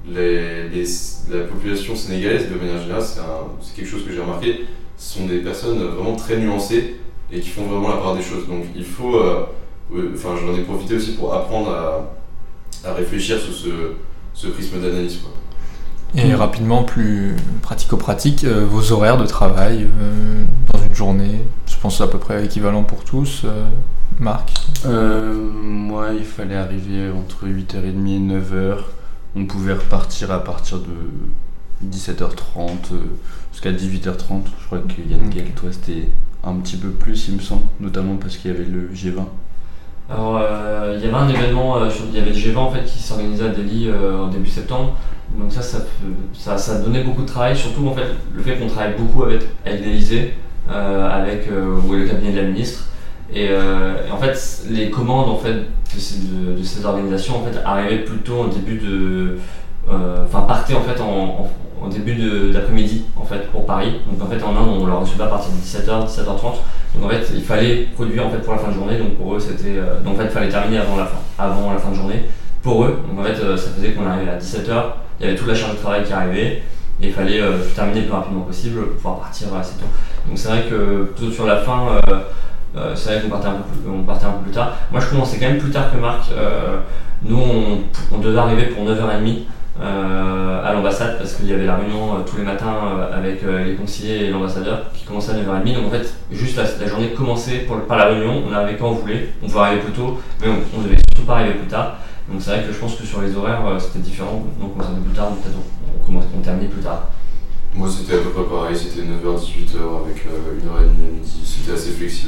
la population sénégalaise de manière générale, c'est quelque chose que j'ai remarqué, ce sont des personnes vraiment très nuancées et qui font vraiment la part des choses, donc il faut, j'en ai profité aussi pour apprendre à réfléchir sur ce prisme d'analyse, quoi. Et rapidement, plus pratico-pratique, vos horaires de travail dans une journée, je pense à peu près équivalent pour tous. Marc? Moi, il fallait arriver entre 8h30 et 9h. On pouvait repartir à partir de 17h30 jusqu'à 18h30. Je crois que Yann Gaël, toi, c'était un petit peu plus, il me semble, notamment parce qu'il y avait le G20. Alors, il y avait un événement, il y avait le G20 en fait, qui s'organisait à Delhi en début septembre. Donc ça donnait beaucoup de travail, surtout en fait le fait qu'on travaille beaucoup avec l'Élysée, avec le cabinet de la ministre. Et en fait les commandes en fait de ces organisations en fait arrivaient plutôt en début partaient en fait en début d'après-midi en fait pour Paris. Donc en fait en Inde on leur recevait à partir de 17h, 17h30. Donc en fait il fallait produire en fait pour la fin de journée. Donc pour eux c'était donc en fait il fallait terminer avant la fin de journée pour eux. Donc en fait ça faisait qu'on arrivait à 17h, il y avait toute la charge de travail qui arrivait et il fallait terminer le plus rapidement possible pour pouvoir partir assez tôt. Donc c'est vrai que plutôt sur la fin c'est vrai qu'on partait un peu plus tard. Moi je commençais quand même plus tard que Marc. Nous on devait arriver pour 9h30 à l'ambassade parce qu'il y avait la réunion tous les matins avec les conseillers et l'ambassadeur qui commençait à 9h30. Donc en fait juste la journée commençait par la réunion, on arrivait quand on voulait, on pouvait arriver plus tôt mais on devait surtout pas arriver plus tard. Donc c'est vrai que je pense que sur les horaires c'était différent, donc on commençait plus tard, donc peut-être on terminait plus tard. Moi c'était à peu près pareil, c'était 9h-18h avec 1h30 à midi, c'était assez flexible.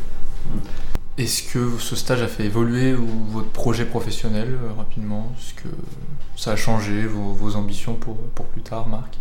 Est-ce que ce stage a fait évoluer votre projet professionnel rapidement? Est-ce que ça a changé vos ambitions pour plus tard, Marc?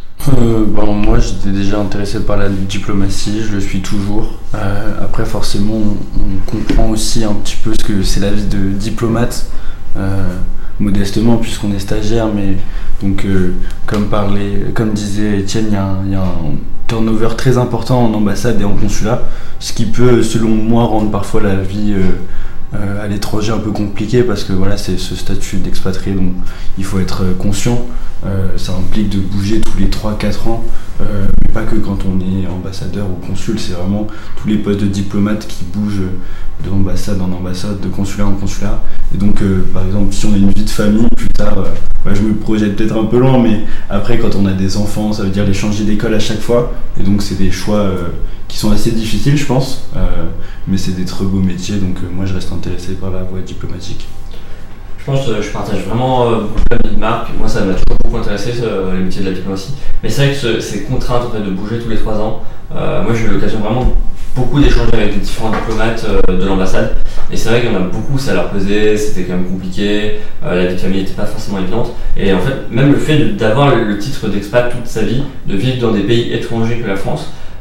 Moi j'étais déjà intéressé par la diplomatie, je le suis toujours. Après forcément on comprend aussi un petit peu ce que c'est la vie de diplomate, modestement puisqu'on est stagiaire, mais donc comme disait Étienne, il y a un turnover très important en ambassade et en consulat, ce qui peut selon moi rendre parfois la vie à l'étranger un peu compliquée parce que voilà, c'est ce statut d'expatrié dont il faut être conscient. Ça implique de bouger tous les 3-4 ans, mais pas que quand on est ambassadeur ou consul, c'est vraiment tous les postes de diplomate qui bougent d'ambassade en ambassade, de consulat en consulat. Et donc par exemple si on a une vie de famille plus tard, je me projette peut-être un peu loin, mais après quand on a des enfants ça veut dire les changer d'école à chaque fois, et donc c'est des choix qui sont assez difficiles je pense, mais c'est des très beaux métiers, donc moi je reste intéressé par la voie diplomatique. Je pense que je partage vraiment beaucoup l'avis de Marc. Moi ça m'a toujours beaucoup intéressé les métiers de la diplomatie, mais c'est vrai que ces contraintes en fait, de bouger tous les 3 ans, moi j'ai eu l'occasion vraiment beaucoup d'échanger avec les différents diplomates de l'ambassade, et c'est vrai qu'il y en a beaucoup, ça leur pesait, c'était quand même compliqué, la vie de famille n'était pas forcément évidente, et en fait même le fait d'avoir le titre d'expat toute sa vie, de vivre dans des pays étrangers que la France,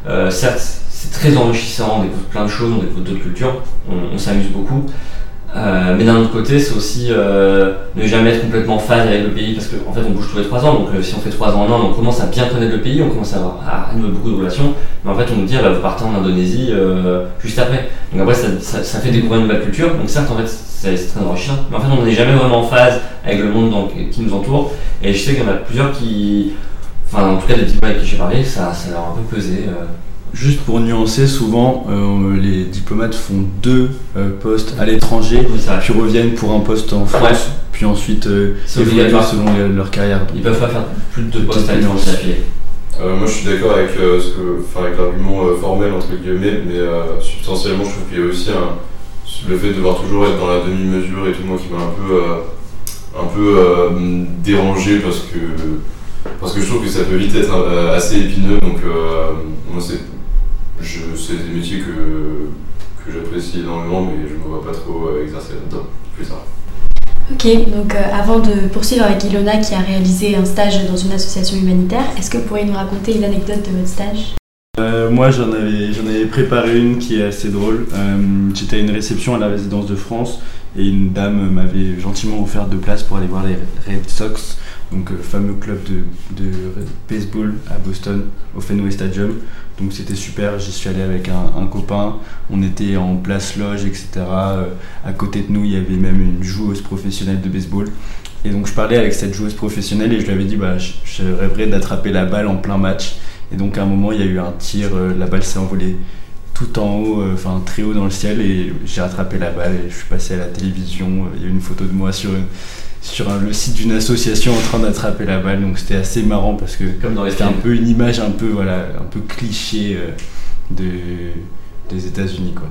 Certes, c'est très enrichissant, on découvre plein de choses, on découvre d'autres cultures, on s'amuse beaucoup. Mais d'un autre côté, c'est aussi ne jamais être complètement en phase avec le pays, parce qu'en fait on bouge tous les 3 ans, donc si on fait 3 ans en Inde, on commence à bien connaître le pays, on commence à avoir beaucoup de relations, mais en fait on nous dit vous partez en Indonésie juste après. Donc après ça fait découvrir une nouvelle culture, donc certes en fait c'est très enrichissant, mais en fait on n'est jamais vraiment en phase avec le monde qui nous entoure, et je sais qu'il y en a plusieurs en tout cas des diplomates avec qui j'ai parlé, ça leur a un peu pesé. Juste pour nuancer, souvent les diplomates font 2 postes à l'étranger, puis reviennent pour un poste en France, puis ensuite évoluent selon leur carrière. Ils peuvent pas faire plus de 2 postes à l'étranger d'affilée. Moi je suis d'accord avec, avec l'argument formel entre guillemets, mais substantiellement je trouve qu'il y a aussi le fait de devoir toujours être dans la demi-mesure et tout, moi qui m'a un peu dérangé parce que je trouve que ça peut vite être assez épineux, donc moi c'est des métiers que j'apprécie énormément, mais je ne me vois pas trop exercer là-dedans plus tard. Ok, donc avant de poursuivre avec Ilona qui a réalisé un stage dans une association humanitaire, est-ce que vous pourriez nous raconter une anecdote de votre stage ? Moi j'en avais préparé une qui est assez drôle. J'étais à une réception à la résidence de France et une dame m'avait gentiment offert 2 places pour aller voir les Red Sox, donc le fameux club de baseball à Boston, au Fenway Stadium. Donc c'était super, j'y suis allé avec un copain, on était en place loge, etc. À côté de nous, il y avait même une joueuse professionnelle de baseball. Et donc je parlais avec cette joueuse professionnelle et je lui avais dit je rêverais d'attraper la balle en plein match. Et donc à un moment, il y a eu un tir, la balle s'est envolée tout en haut, très haut dans le ciel, et j'ai rattrapé la balle et je suis passé à la télévision. Il y a eu une photo de moi sur le site d'une association en train d'attraper la balle, donc c'était assez marrant parce que c'était un peu une image un peu cliché des États-Unis, quoi.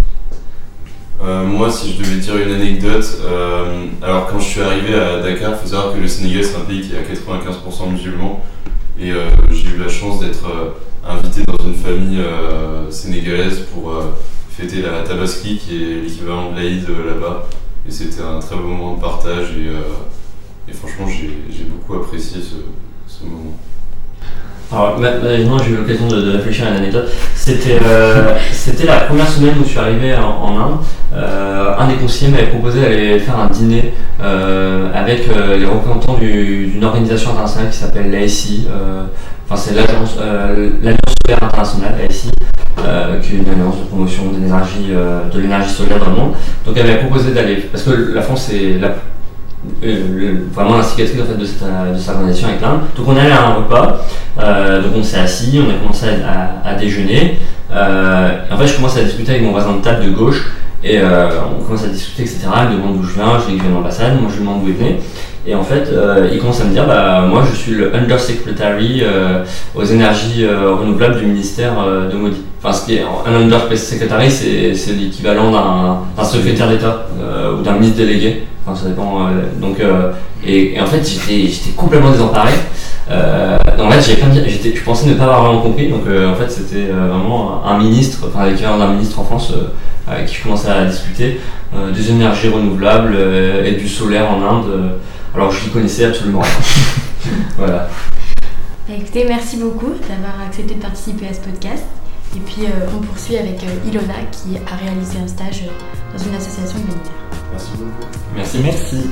Moi, si je devais dire une anecdote, alors quand je suis arrivé à Dakar, il faut savoir que le Sénégal c'est un pays qui est à 95% musulman, et j'ai eu la chance d'être invité dans une famille sénégalaise pour fêter la Tabaski, qui est l'équivalent de l'Aïd là-bas. Et c'était un très beau moment de partage et franchement j'ai beaucoup apprécié ce moment. Alors maintenant j'ai eu l'occasion de réfléchir à une anecdote. C'était la première semaine où je suis arrivé en Inde. Un des conseillers m'avait proposé d'aller faire un dîner avec les représentants d'une organisation internationale qui s'appelle l'ASI. C'est l'Alliance solaire internationale, l'ASI. Qui est une alliance de promotion de l'énergie solaire dans le monde. Donc elle m'avait proposé d'aller, parce que la France est vraiment l'instigatrice en fait, de cette organisation avec l'Inde. Donc on est allé à un repas, donc on s'est assis, on a commencé à déjeuner. En fait je commence à discuter avec mon voisin de table de gauche, et on commence à discuter, etc. Il me demande d'où je viens, je dis que je viens de l'ambassade, moi je lui demande d'où il venait. Et en fait, il commence à me dire moi je suis le Undersecretary aux énergies renouvelables du ministère de Modi. Ce qui est un Undersecretary, c'est l'équivalent d'un secrétaire d'État ou d'un ministre délégué. Ça dépend. Et en fait, j'étais complètement désemparé. En fait, je pensais ne pas avoir vraiment compris. Donc en fait, c'était vraiment un ministre, l'équivalent d'un ministre en France avec qui je commençais à discuter des énergies renouvelables et du solaire en Inde. Alors je n'y connaissais absolument rien. Voilà. Écoutez, merci beaucoup d'avoir accepté de participer à ce podcast. Et puis on poursuit avec Ilona qui a réalisé un stage dans une association humanitaire. Merci beaucoup. Merci.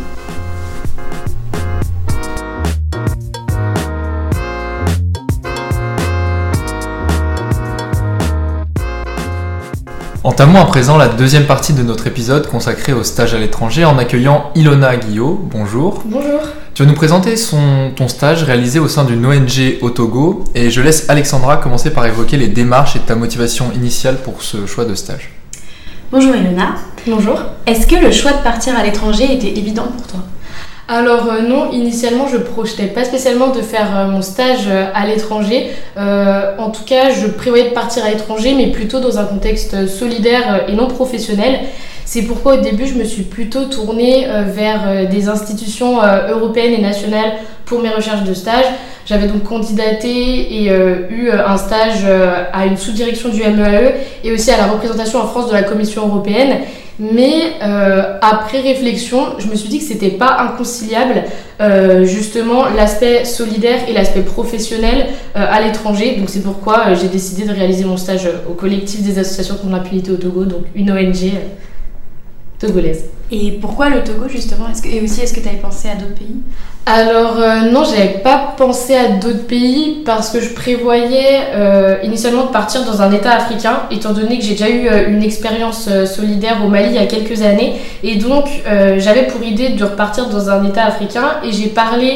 Entamons à présent la deuxième partie de notre épisode consacré au stage à l'étranger en accueillant Ilona Guillot. Bonjour. Bonjour. Tu vas nous présenter ton stage réalisé au sein d'une ONG au Togo, et je laisse Alexandra commencer par évoquer les démarches et ta motivation initiale pour ce choix de stage. Bonjour Ilona. Bonjour. Est-ce que le choix de partir à l'étranger était évident pour toi ? Alors non, initialement je projetais pas spécialement de faire mon stage à l'étranger. En tout cas, je prévoyais de partir à l'étranger, mais plutôt dans un contexte solidaire et non professionnel. C'est pourquoi au début je me suis plutôt tournée vers des institutions européennes et nationales pour mes recherches de stage. J'avais donc candidaté et eu un stage à une sous-direction du MEAE et aussi à la représentation en France de la Commission européenne. Mais après réflexion, je me suis dit que c'était pas inconciliable justement l'aspect solidaire et l'aspect professionnel à l'étranger. Donc c'est pourquoi j'ai décidé de réaliser mon stage au collectif des associations contre l'impunité au Togo, donc une ONG togolaise. Et pourquoi le Togo justement ? Est-ce que tu avais pensé à d'autres pays ? Alors non, j'avais pas pensé à d'autres pays parce que je prévoyais initialement de partir dans un état africain, étant donné que j'ai déjà eu une expérience solidaire au Mali il y a quelques années, et donc j'avais pour idée de repartir dans un état africain, et j'ai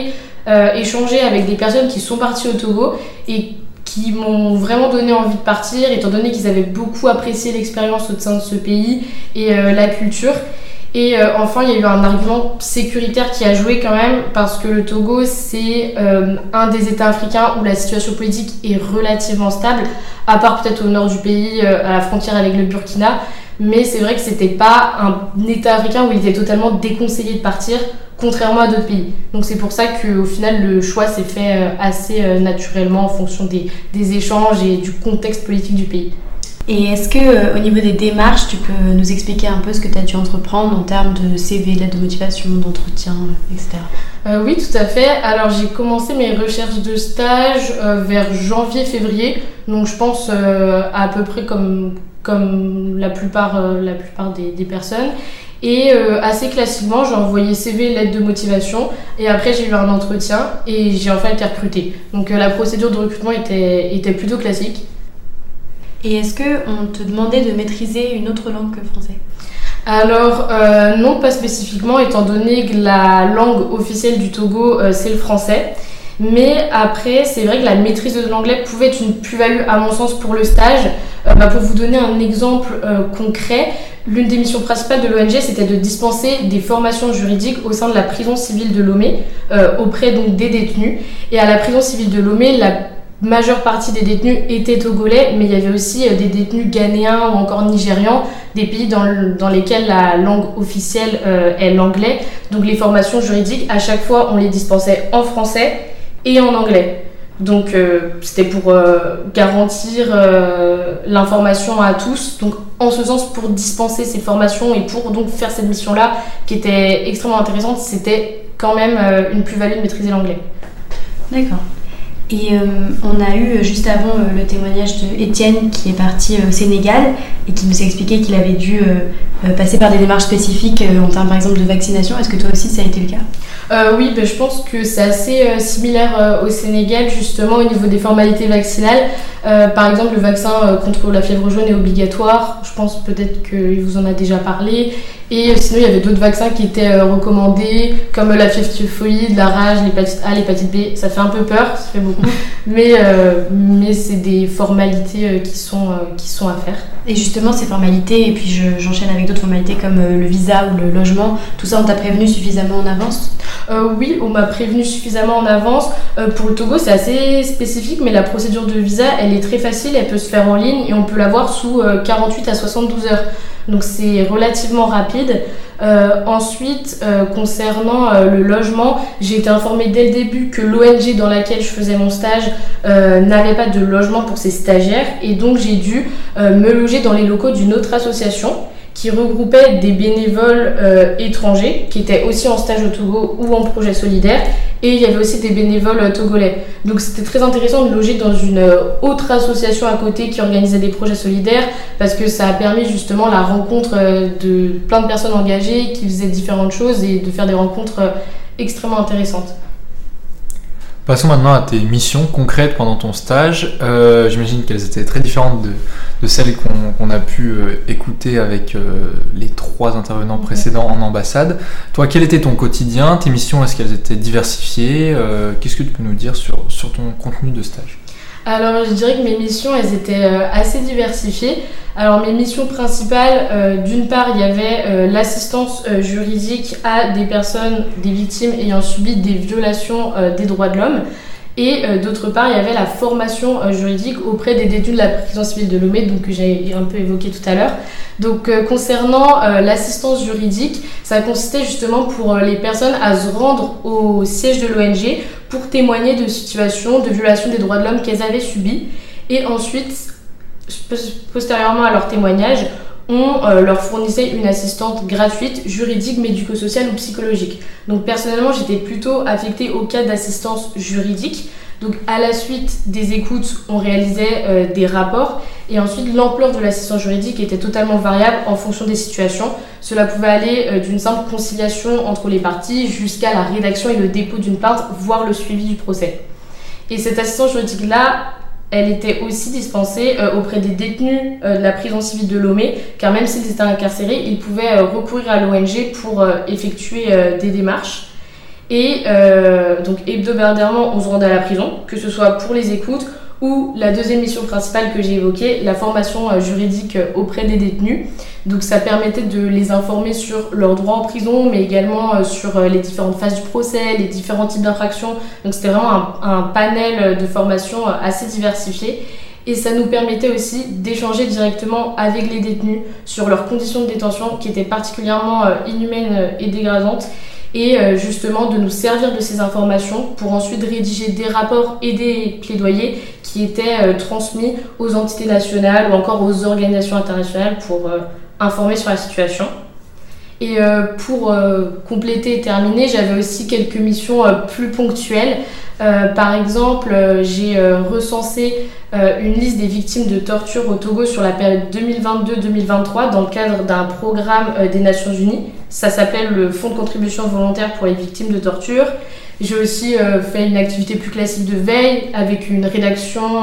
échangé avec des personnes qui sont parties au Togo et qui m'ont vraiment donné envie de partir, étant donné qu'ils avaient beaucoup apprécié l'expérience au sein de ce pays et la culture. Et enfin, il y a eu un argument sécuritaire qui a joué quand même, parce que le Togo, c'est un des États africains où la situation politique est relativement stable, à part peut-être au nord du pays, à la frontière avec le Burkina. Mais c'est vrai que c'était pas un État africain où il était totalement déconseillé de partir, contrairement à d'autres pays. Donc c'est pour ça qu'au final, le choix s'est fait assez naturellement en fonction des échanges et du contexte politique du pays. Et est-ce que au niveau des démarches, tu peux nous expliquer un peu ce que tu as dû entreprendre en termes de CV, de lettre de motivation, d'entretien, etc. Oui, tout à fait. Alors j'ai commencé mes recherches de stage vers janvier-février, donc je pense à peu près comme la plupart des personnes. Et assez classiquement, j'ai envoyé CV, lettre de motivation, et après j'ai eu un entretien et j'ai enfin été recrutée. Donc la procédure de recrutement était plutôt classique. Et est-ce qu'on te demandait de maîtriser une autre langue que le français ? Alors non, pas spécifiquement, étant donné que la langue officielle du Togo c'est le français. Mais après, c'est vrai que la maîtrise de l'anglais pouvait être une plus-value à mon sens pour le stage. Pour vous donner un exemple concret, l'une des missions principales de l'ONG, c'était de dispenser des formations juridiques au sein de la prison civile de Lomé, auprès donc des détenus. Et à la prison civile de Lomé, la majeure partie des détenus étaient togolais, mais il y avait aussi des détenus ghanéens ou encore nigérians, des pays dans lesquels la langue officielle est l'anglais. Donc les formations juridiques, à chaque fois, on les dispensait en français et en anglais. Donc c'était pour garantir l'information à tous. Donc en ce sens, pour dispenser ces formations et pour donc faire cette mission-là, qui était extrêmement intéressante, c'était quand même une plus-value de maîtriser l'anglais. D'accord. Et on a eu juste avant le témoignage de Étienne qui est parti au Sénégal et qui nous a expliqué qu'il avait dû passer par des démarches spécifiques en termes par exemple de vaccination. Est-ce que toi aussi ça a été le cas ? Oui, je pense que c'est assez similaire au Sénégal justement au niveau des formalités vaccinales. Par exemple, le vaccin contre la fièvre jaune est obligatoire. Je pense peut-être qu'il vous en a déjà parlé. Et sinon, il y avait d'autres vaccins qui étaient recommandés, comme la fièvre typhoïde, la rage, l'hépatite A, l'hépatite B. Ça fait un peu peur, ça fait beaucoup. mais c'est des formalités qui sont à faire. Et justement, ces formalités, et puis j'enchaîne avec d'autres formalités comme le visa ou le logement, tout ça, on t'a prévenu suffisamment en avance ? Oui, on m'a prévenu suffisamment en avance. Pour le Togo, c'est assez spécifique, mais la procédure de visa, elle est très facile, elle peut se faire en ligne et on peut l'avoir sous 48 à 72 heures. Donc c'est relativement rapide. Ensuite, concernant le logement, j'ai été informée dès le début que l'ONG dans laquelle je faisais mon stage n'avait pas de logement pour ses stagiaires, et donc j'ai dû me loger dans les locaux d'une autre association qui regroupait des bénévoles étrangers qui étaient aussi en stage au Togo ou en projet solidaire, et il y avait aussi des bénévoles togolais. Donc c'était très intéressant de loger dans une autre association à côté qui organisait des projets solidaires, parce que ça a permis justement la rencontre de plein de personnes engagées qui faisaient différentes choses et de faire des rencontres extrêmement intéressantes. Passons maintenant à tes missions concrètes pendant ton stage. J'imagine qu'elles étaient très différentes de celles qu'on a pu écouter avec les 3 intervenants précédents en ambassade. Toi, quel était ton quotidien ? Tes missions, est-ce qu'elles étaient diversifiées ? Qu'est-ce que tu peux nous dire sur ton contenu de stage ? Alors je dirais que mes missions, elles étaient assez diversifiées. Alors mes missions principales, d'une part il y avait l'assistance juridique à des personnes, des victimes ayant subi des violations des droits de l'homme. Et d'autre part, il y avait la formation juridique auprès des détenus de la prison civile de Lomé, donc que j'ai un peu évoqué tout à l'heure. Donc concernant l'assistance juridique, ça consistait justement pour les personnes à se rendre au siège de l'ONG pour témoigner de situations de violation des droits de l'homme qu'elles avaient subies. Et ensuite, postérieurement à leur témoignage, on leur fournissait une assistante gratuite, juridique, médico-sociale ou psychologique. Donc personnellement, j'étais plutôt affectée au cas d'assistance juridique. Donc à la suite des écoutes, on réalisait des rapports et ensuite l'ampleur de l'assistance juridique était totalement variable en fonction des situations. Cela pouvait aller d'une simple conciliation entre les parties jusqu'à la rédaction et le dépôt d'une plainte, voire le suivi du procès. Et cette assistance juridique-là, elle était aussi dispensée auprès des détenus de la prison civile de Lomé, car même s'ils étaient incarcérés, ils pouvaient recourir à l'ONG pour effectuer des démarches. Et donc hebdomadairement, on se rendait à la prison, que ce soit pour les écoutes ou la deuxième mission principale que j'ai évoquée, la formation juridique auprès des détenus. Donc ça permettait de les informer sur leurs droits en prison, mais également sur les différentes phases du procès, les différents types d'infractions. Donc c'était vraiment un panel de formation assez diversifié. Et ça nous permettait aussi d'échanger directement avec les détenus sur leurs conditions de détention qui étaient particulièrement inhumaines et dégradantes. Et justement de nous servir de ces informations pour ensuite rédiger des rapports et des plaidoyers qui étaient transmis aux entités nationales ou encore aux organisations internationales pour informer sur la situation. Et pour compléter et terminer, j'avais aussi quelques missions plus ponctuelles. Par exemple, j'ai recensé une liste des victimes de torture au Togo sur la période 2022-2023 dans le cadre d'un programme des Nations Unies. Ça s'appelle le Fonds de contribution volontaire pour les victimes de torture. J'ai aussi fait une activité plus classique de veille avec une rédaction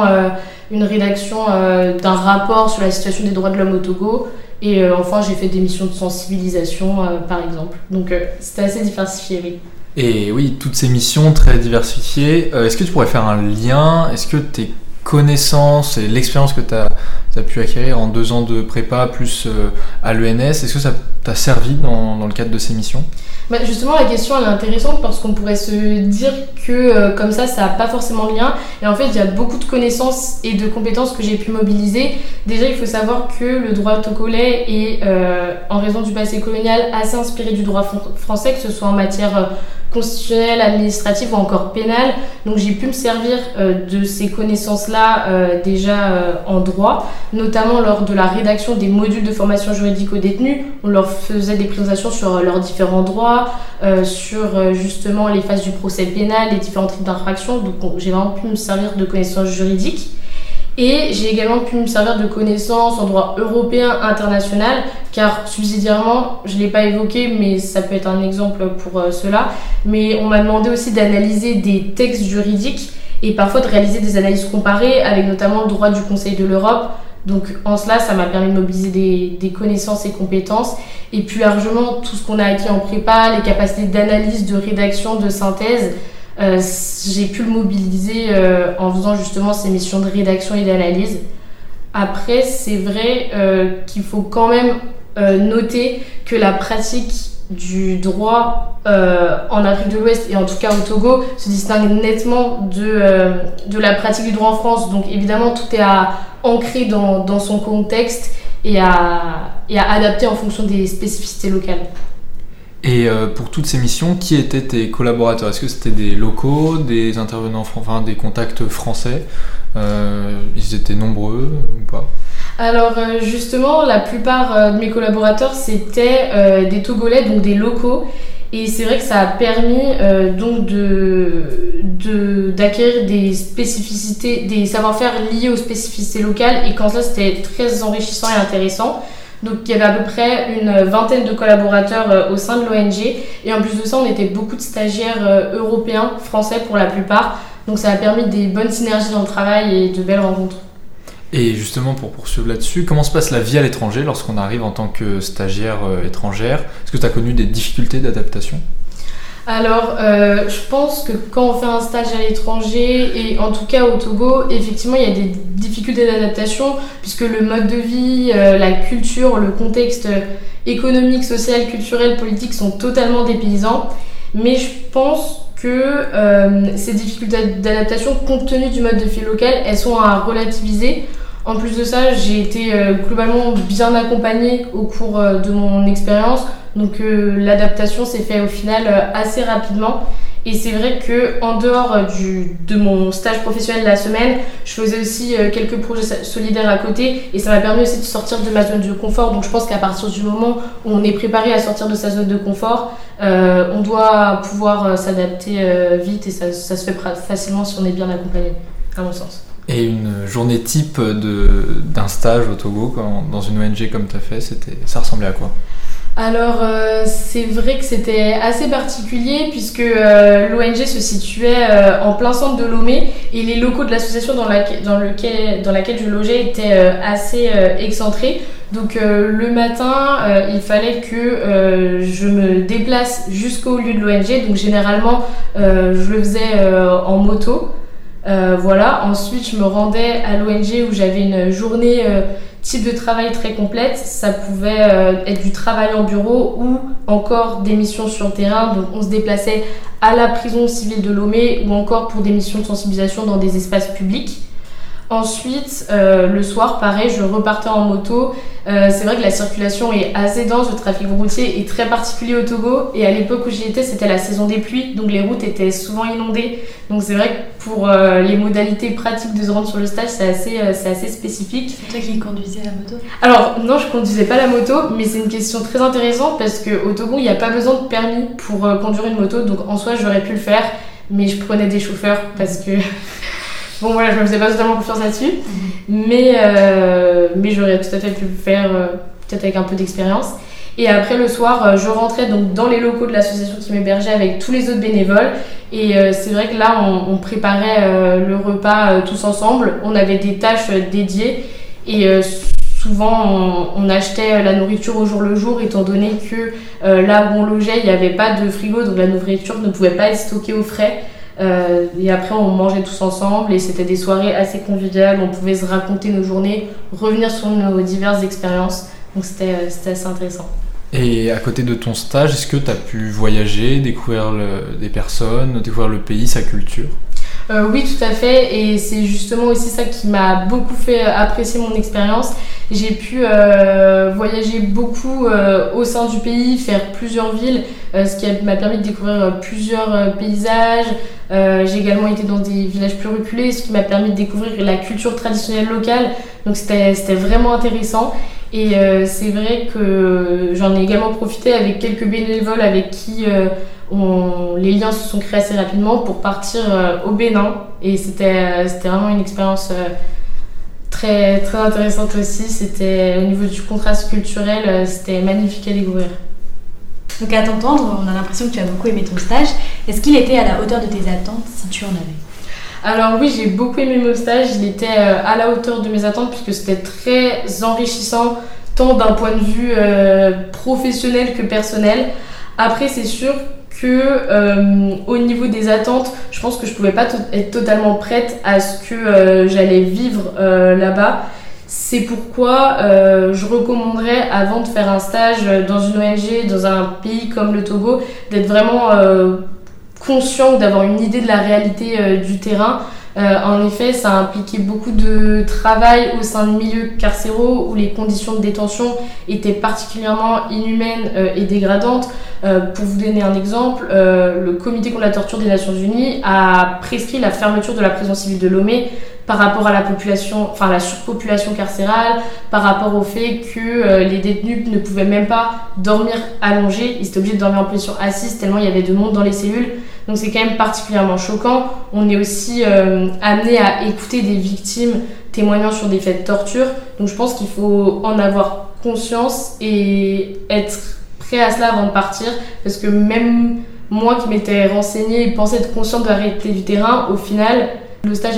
d'un rapport sur la situation des droits de l'homme au Togo. Et enfin, j'ai fait des missions de sensibilisation, par exemple. Donc, c'était assez diversifié, oui. Et oui, toutes ces missions très diversifiées, est-ce que tu pourrais faire un lien? Est-ce que tes connaissances et l'expérience que tu as pu acquérir en 2 ans de prépa plus à l'ENS, est-ce que ça t'a servi dans le cadre de ces missions? Justement, la question elle est intéressante parce qu'on pourrait se dire que comme ça n'a pas forcément de lien. Et en fait, il y a beaucoup de connaissances et de compétences que j'ai pu mobiliser. Déjà, il faut savoir que le droit togolais est, en raison du passé colonial, assez inspiré du droit français, que ce soit en matière constitutionnelle, administrative ou encore pénale. Donc j'ai pu me servir de ces connaissances-là déjà en droit, notamment lors de la rédaction des modules de formation juridique aux détenus. On leur faisait des présentations sur leurs différents droits, sur justement les phases du procès pénal, les différents types d'infractions. Donc j'ai vraiment pu me servir de connaissances juridiques. Et j'ai également pu me servir de connaissances en droit européen, international, car subsidiairement, je ne l'ai pas évoqué, mais ça peut être un exemple pour cela, mais on m'a demandé aussi d'analyser des textes juridiques et parfois de réaliser des analyses comparées avec notamment le droit du Conseil de l'Europe. Donc en cela, ça m'a permis de mobiliser des connaissances et compétences. Et plus largement, tout ce qu'on a acquis en prépa, les capacités d'analyse, de rédaction, de synthèse, j'ai pu le mobiliser en faisant justement ces missions de rédaction et d'analyse. Après, c'est vrai qu'il faut quand même noter que la pratique du droit en Afrique de l'Ouest et en tout cas au Togo se distingue nettement de la pratique du droit en France. Donc évidemment, tout est à ancrer dans son contexte et à adapter en fonction des spécificités locales. Et pour toutes ces missions, qui étaient tes collaborateurs? Est-ce que c'était des locaux, des intervenants, enfin des contacts français? Ils étaient nombreux ou pas? Alors justement, la plupart de mes collaborateurs, c'était des Togolais, donc des locaux. Et c'est vrai que ça a permis donc d'acquérir des spécificités, des savoir-faire liés aux spécificités locales. Et quand cela, c'était très enrichissant et intéressant. Donc il y avait à peu près une 20aine de collaborateurs au sein de l'ONG. Et en plus de ça, on était beaucoup de stagiaires européens, français pour la plupart. Donc ça a permis des bonnes synergies dans le travail et de belles rencontres. Et justement, pour poursuivre là-dessus, comment se passe la vie à l'étranger lorsqu'on arrive en tant que stagiaire étrangère? Est-ce que tu as connu des difficultés d'adaptation? Alors, je pense que quand on fait un stage à l'étranger, et en tout cas au Togo, effectivement, il y a des difficultés d'adaptation, puisque le mode de vie, la culture, le contexte économique, social, culturel, politique sont totalement dépaysants. Mais je pense que ces difficultés d'adaptation, compte tenu du mode de vie local, elles sont à relativiser. En plus de ça, j'ai été globalement bien accompagnée au cours de mon expérience. Donc l'adaptation s'est faite au final assez rapidement. Et c'est vrai qu'en dehors de mon stage professionnel la semaine, je faisais aussi quelques projets solidaires à côté et ça m'a permis aussi de sortir de ma zone de confort. Donc je pense qu'à partir du moment où on est préparé à sortir de sa zone de confort, on doit pouvoir s'adapter vite et ça se fait facilement si on est bien accompagné, à mon sens. Et une journée type d'un stage au Togo, dans une ONG comme tu as fait, ça ressemblait à quoi ? Alors c'est vrai que c'était assez particulier puisque l'ONG se situait en plein centre de Lomé et les locaux de l'association dans laquelle je logeais étaient assez excentrés. Donc le matin, il fallait que je me déplace jusqu'au lieu de l'ONG. Donc généralement, je le faisais en moto. Voilà. Ensuite, je me rendais à l'ONG où j'avais une journée type de travail très complète. Ça pouvait être du travail en bureau ou encore des missions sur le terrain. Donc on se déplaçait à la prison civile de Lomé ou encore pour des missions de sensibilisation dans des espaces publics. Ensuite, le soir, pareil, je repartais en moto. C'est vrai que la circulation est assez dense, le trafic routier est très particulier au Togo. Et à l'époque où j'y étais, c'était la saison des pluies, donc les routes étaient souvent inondées. Donc c'est vrai que pour les modalités pratiques de se rendre sur le stage, c'est assez spécifique. C'est toi qui conduisais la moto ? Alors non, je conduisais pas la moto, mais c'est une question très intéressante parce qu'au Togo, il n'y a pas besoin de permis pour conduire une moto. Donc en soi, j'aurais pu le faire, mais je prenais des chauffeurs parce que... Bon voilà, je me faisais pas totalement confiance là-dessus, mais j'aurais tout à fait pu le faire, peut-être avec un peu d'expérience. Et après le soir, je rentrais donc dans les locaux de l'association qui m'hébergeait avec tous les autres bénévoles. Et c'est vrai que là, on préparait le repas tous ensemble. On avait des tâches dédiées et souvent on achetait la nourriture au jour le jour, étant donné que là où on logeait, il n'y avait pas de frigo, donc la nourriture ne pouvait pas être stockée au frais. Et après on mangeait tous ensemble et c'était des soirées assez conviviales, on pouvait se raconter nos journées, revenir sur nos diverses expériences, donc c'était assez intéressant. Et à côté de ton stage, est-ce que tu as pu voyager, découvrir des personnes, découvrir le pays, sa culture ? Oui, tout à fait, et c'est justement aussi ça qui m'a beaucoup fait apprécier mon expérience. J'ai pu voyager beaucoup au sein du pays, faire plusieurs villes, ce qui m'a permis de découvrir plusieurs paysages. J'ai également été dans des villages plus reculés, ce qui m'a permis de découvrir la culture traditionnelle locale, donc c'était vraiment intéressant. Et c'est vrai que j'en ai également profité avec quelques bénévoles avec qui les liens se sont créés assez rapidement pour partir au Bénin. Et c'était vraiment une expérience très, très intéressante aussi. C'était, au niveau du contraste culturel, c'était magnifique à découvrir. Donc à t'entendre, on a l'impression que tu as beaucoup aimé ton stage. Est-ce qu'il était à la hauteur de tes attentes, si tu en avais ? Alors oui, j'ai beaucoup aimé mon stage, il était à la hauteur de mes attentes puisque c'était très enrichissant, tant d'un point de vue professionnel que personnel. Après, c'est sûr que au niveau des attentes, je pense que je pouvais pas être totalement prête à ce que j'allais vivre là-bas. C'est pourquoi je recommanderais, avant de faire un stage dans une ONG, dans un pays comme le Togo, d'être vraiment conscient ou d'avoir une idée de la réalité du terrain. En effet, ça a impliqué beaucoup de travail au sein de milieux carcéraux où les conditions de détention étaient particulièrement inhumaines et dégradantes. Pour vous donner un exemple, le Comité contre la torture des Nations Unies a prescrit la fermeture de la prison civile de Lomé par rapport à la surpopulation carcérale, par rapport au fait que les détenus ne pouvaient même pas dormir allongés, ils étaient obligés de dormir en position assise tellement il y avait de monde dans les cellules. Donc c'est quand même particulièrement choquant. On est aussi amené à écouter des victimes témoignant sur des faits de torture. Donc je pense qu'il faut en avoir conscience et être prêt à cela avant de partir, parce que même moi qui m'étais renseignée et pensais être consciente de la réalité du terrain, au final, le stage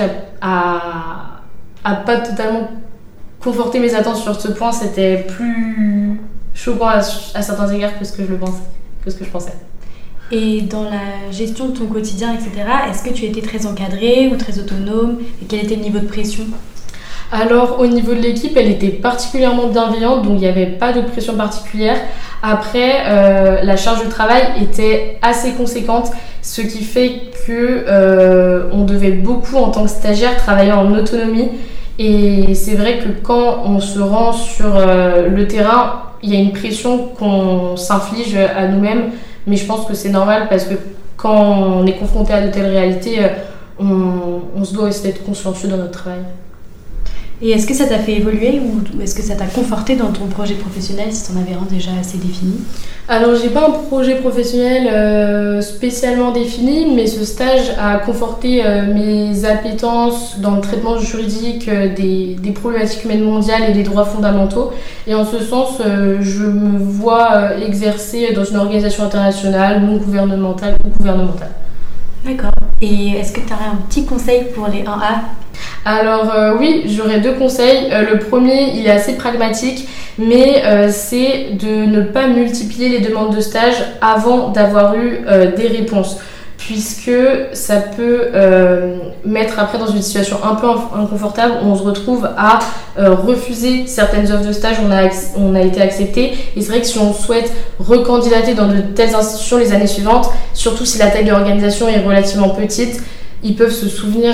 a pas totalement conforté mes attentes sur ce point. C'était plus choquant à certains égards que ce que je pensais. Et dans la gestion de ton quotidien, etc., est-ce que tu étais très encadrée ou très autonome ? Et quel était le niveau de pression ? Alors, au niveau de l'équipe, elle était particulièrement bienveillante, donc il n'y avait pas de pression particulière. Après, la charge de travail était assez conséquente, ce qui fait que on devait beaucoup, en tant que stagiaire, travailler en autonomie. Et c'est vrai que quand on se rend sur le terrain, il y a une pression qu'on s'inflige à nous-mêmes. Mais je pense que c'est normal parce que quand on est confronté à de telles réalités, on se doit aussi d'être consciencieux dans notre travail. Et est-ce que ça t'a fait évoluer ou est-ce que ça t'a conforté dans ton projet professionnel si tu en avais un déjà assez défini ? Alors j'ai pas un projet professionnel spécialement défini, mais ce stage a conforté mes appétences dans le traitement juridique des problématiques humaines mondiales et des droits fondamentaux. Et en ce sens, je me vois exercer dans une organisation internationale, non gouvernementale ou gouvernementale. D'accord. Et est-ce que tu aurais un petit conseil pour les 1A ? Alors oui, j'aurais 2 conseils. Le premier, il est assez pragmatique, mais c'est de ne pas multiplier les demandes de stage avant d'avoir eu des réponses, puisque ça peut mettre après dans une situation un peu inconfortable où on se retrouve à refuser certaines offres de stage, on a été accepté. Et c'est vrai que si on souhaite recandidater dans de telles institutions les années suivantes, surtout si la taille de l'organisation est relativement petite, ils peuvent se souvenir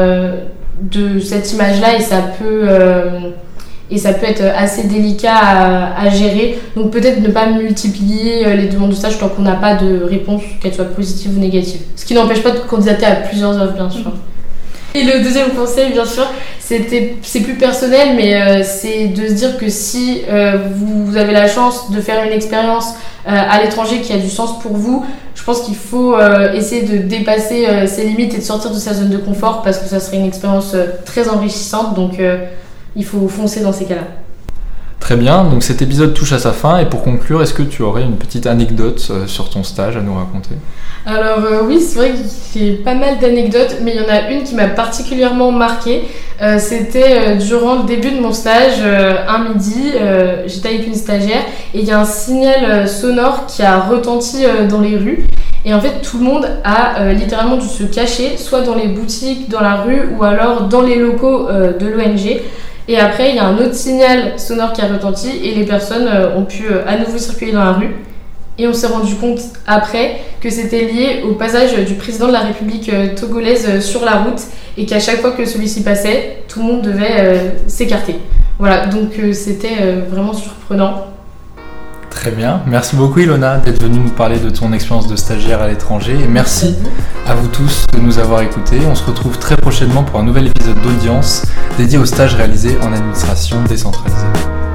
de cette image-là et ça peut être assez délicat à gérer. Donc peut-être ne pas multiplier les demandes de stage tant qu'on n'a pas de réponse, qu'elle soit positive ou négative. Ce qui n'empêche pas de candidater à plusieurs offres, bien sûr. Et le deuxième conseil, bien sûr, c'est plus personnel, mais c'est de se dire que si vous avez la chance de faire une expérience à l'étranger qui a du sens pour vous, je pense qu'il faut essayer de dépasser ses limites et de sortir de sa zone de confort parce que ça serait une expérience très enrichissante, donc il faut foncer dans ces cas-là. Très bien, donc cet épisode touche à sa fin et pour conclure, est-ce que tu aurais une petite anecdote sur ton stage à nous raconter ? Alors oui, c'est vrai que j'ai pas mal d'anecdotes, mais il y en a une qui m'a particulièrement marquée. C'était durant le début de mon stage, un midi, j'étais avec une stagiaire et il y a un signal sonore qui a retenti dans les rues. Et en fait, tout le monde a littéralement dû se cacher, soit dans les boutiques, dans la rue ou alors dans les locaux de l'ONG. Et après, il y a un autre signal sonore qui a retenti et les personnes ont pu à nouveau circuler dans la rue. Et on s'est rendu compte après que c'était lié au passage du président de la République togolaise sur la route et qu'à chaque fois que celui-ci passait, tout le monde devait s'écarter. Voilà, donc c'était vraiment surprenant. Très bien, merci beaucoup Ilona d'être venue nous parler de ton expérience de stagiaire à l'étranger et merci à vous tous de nous avoir écoutés. On se retrouve très prochainement pour un nouvel épisode d'Audience dédié aux stages réalisés en administration décentralisée.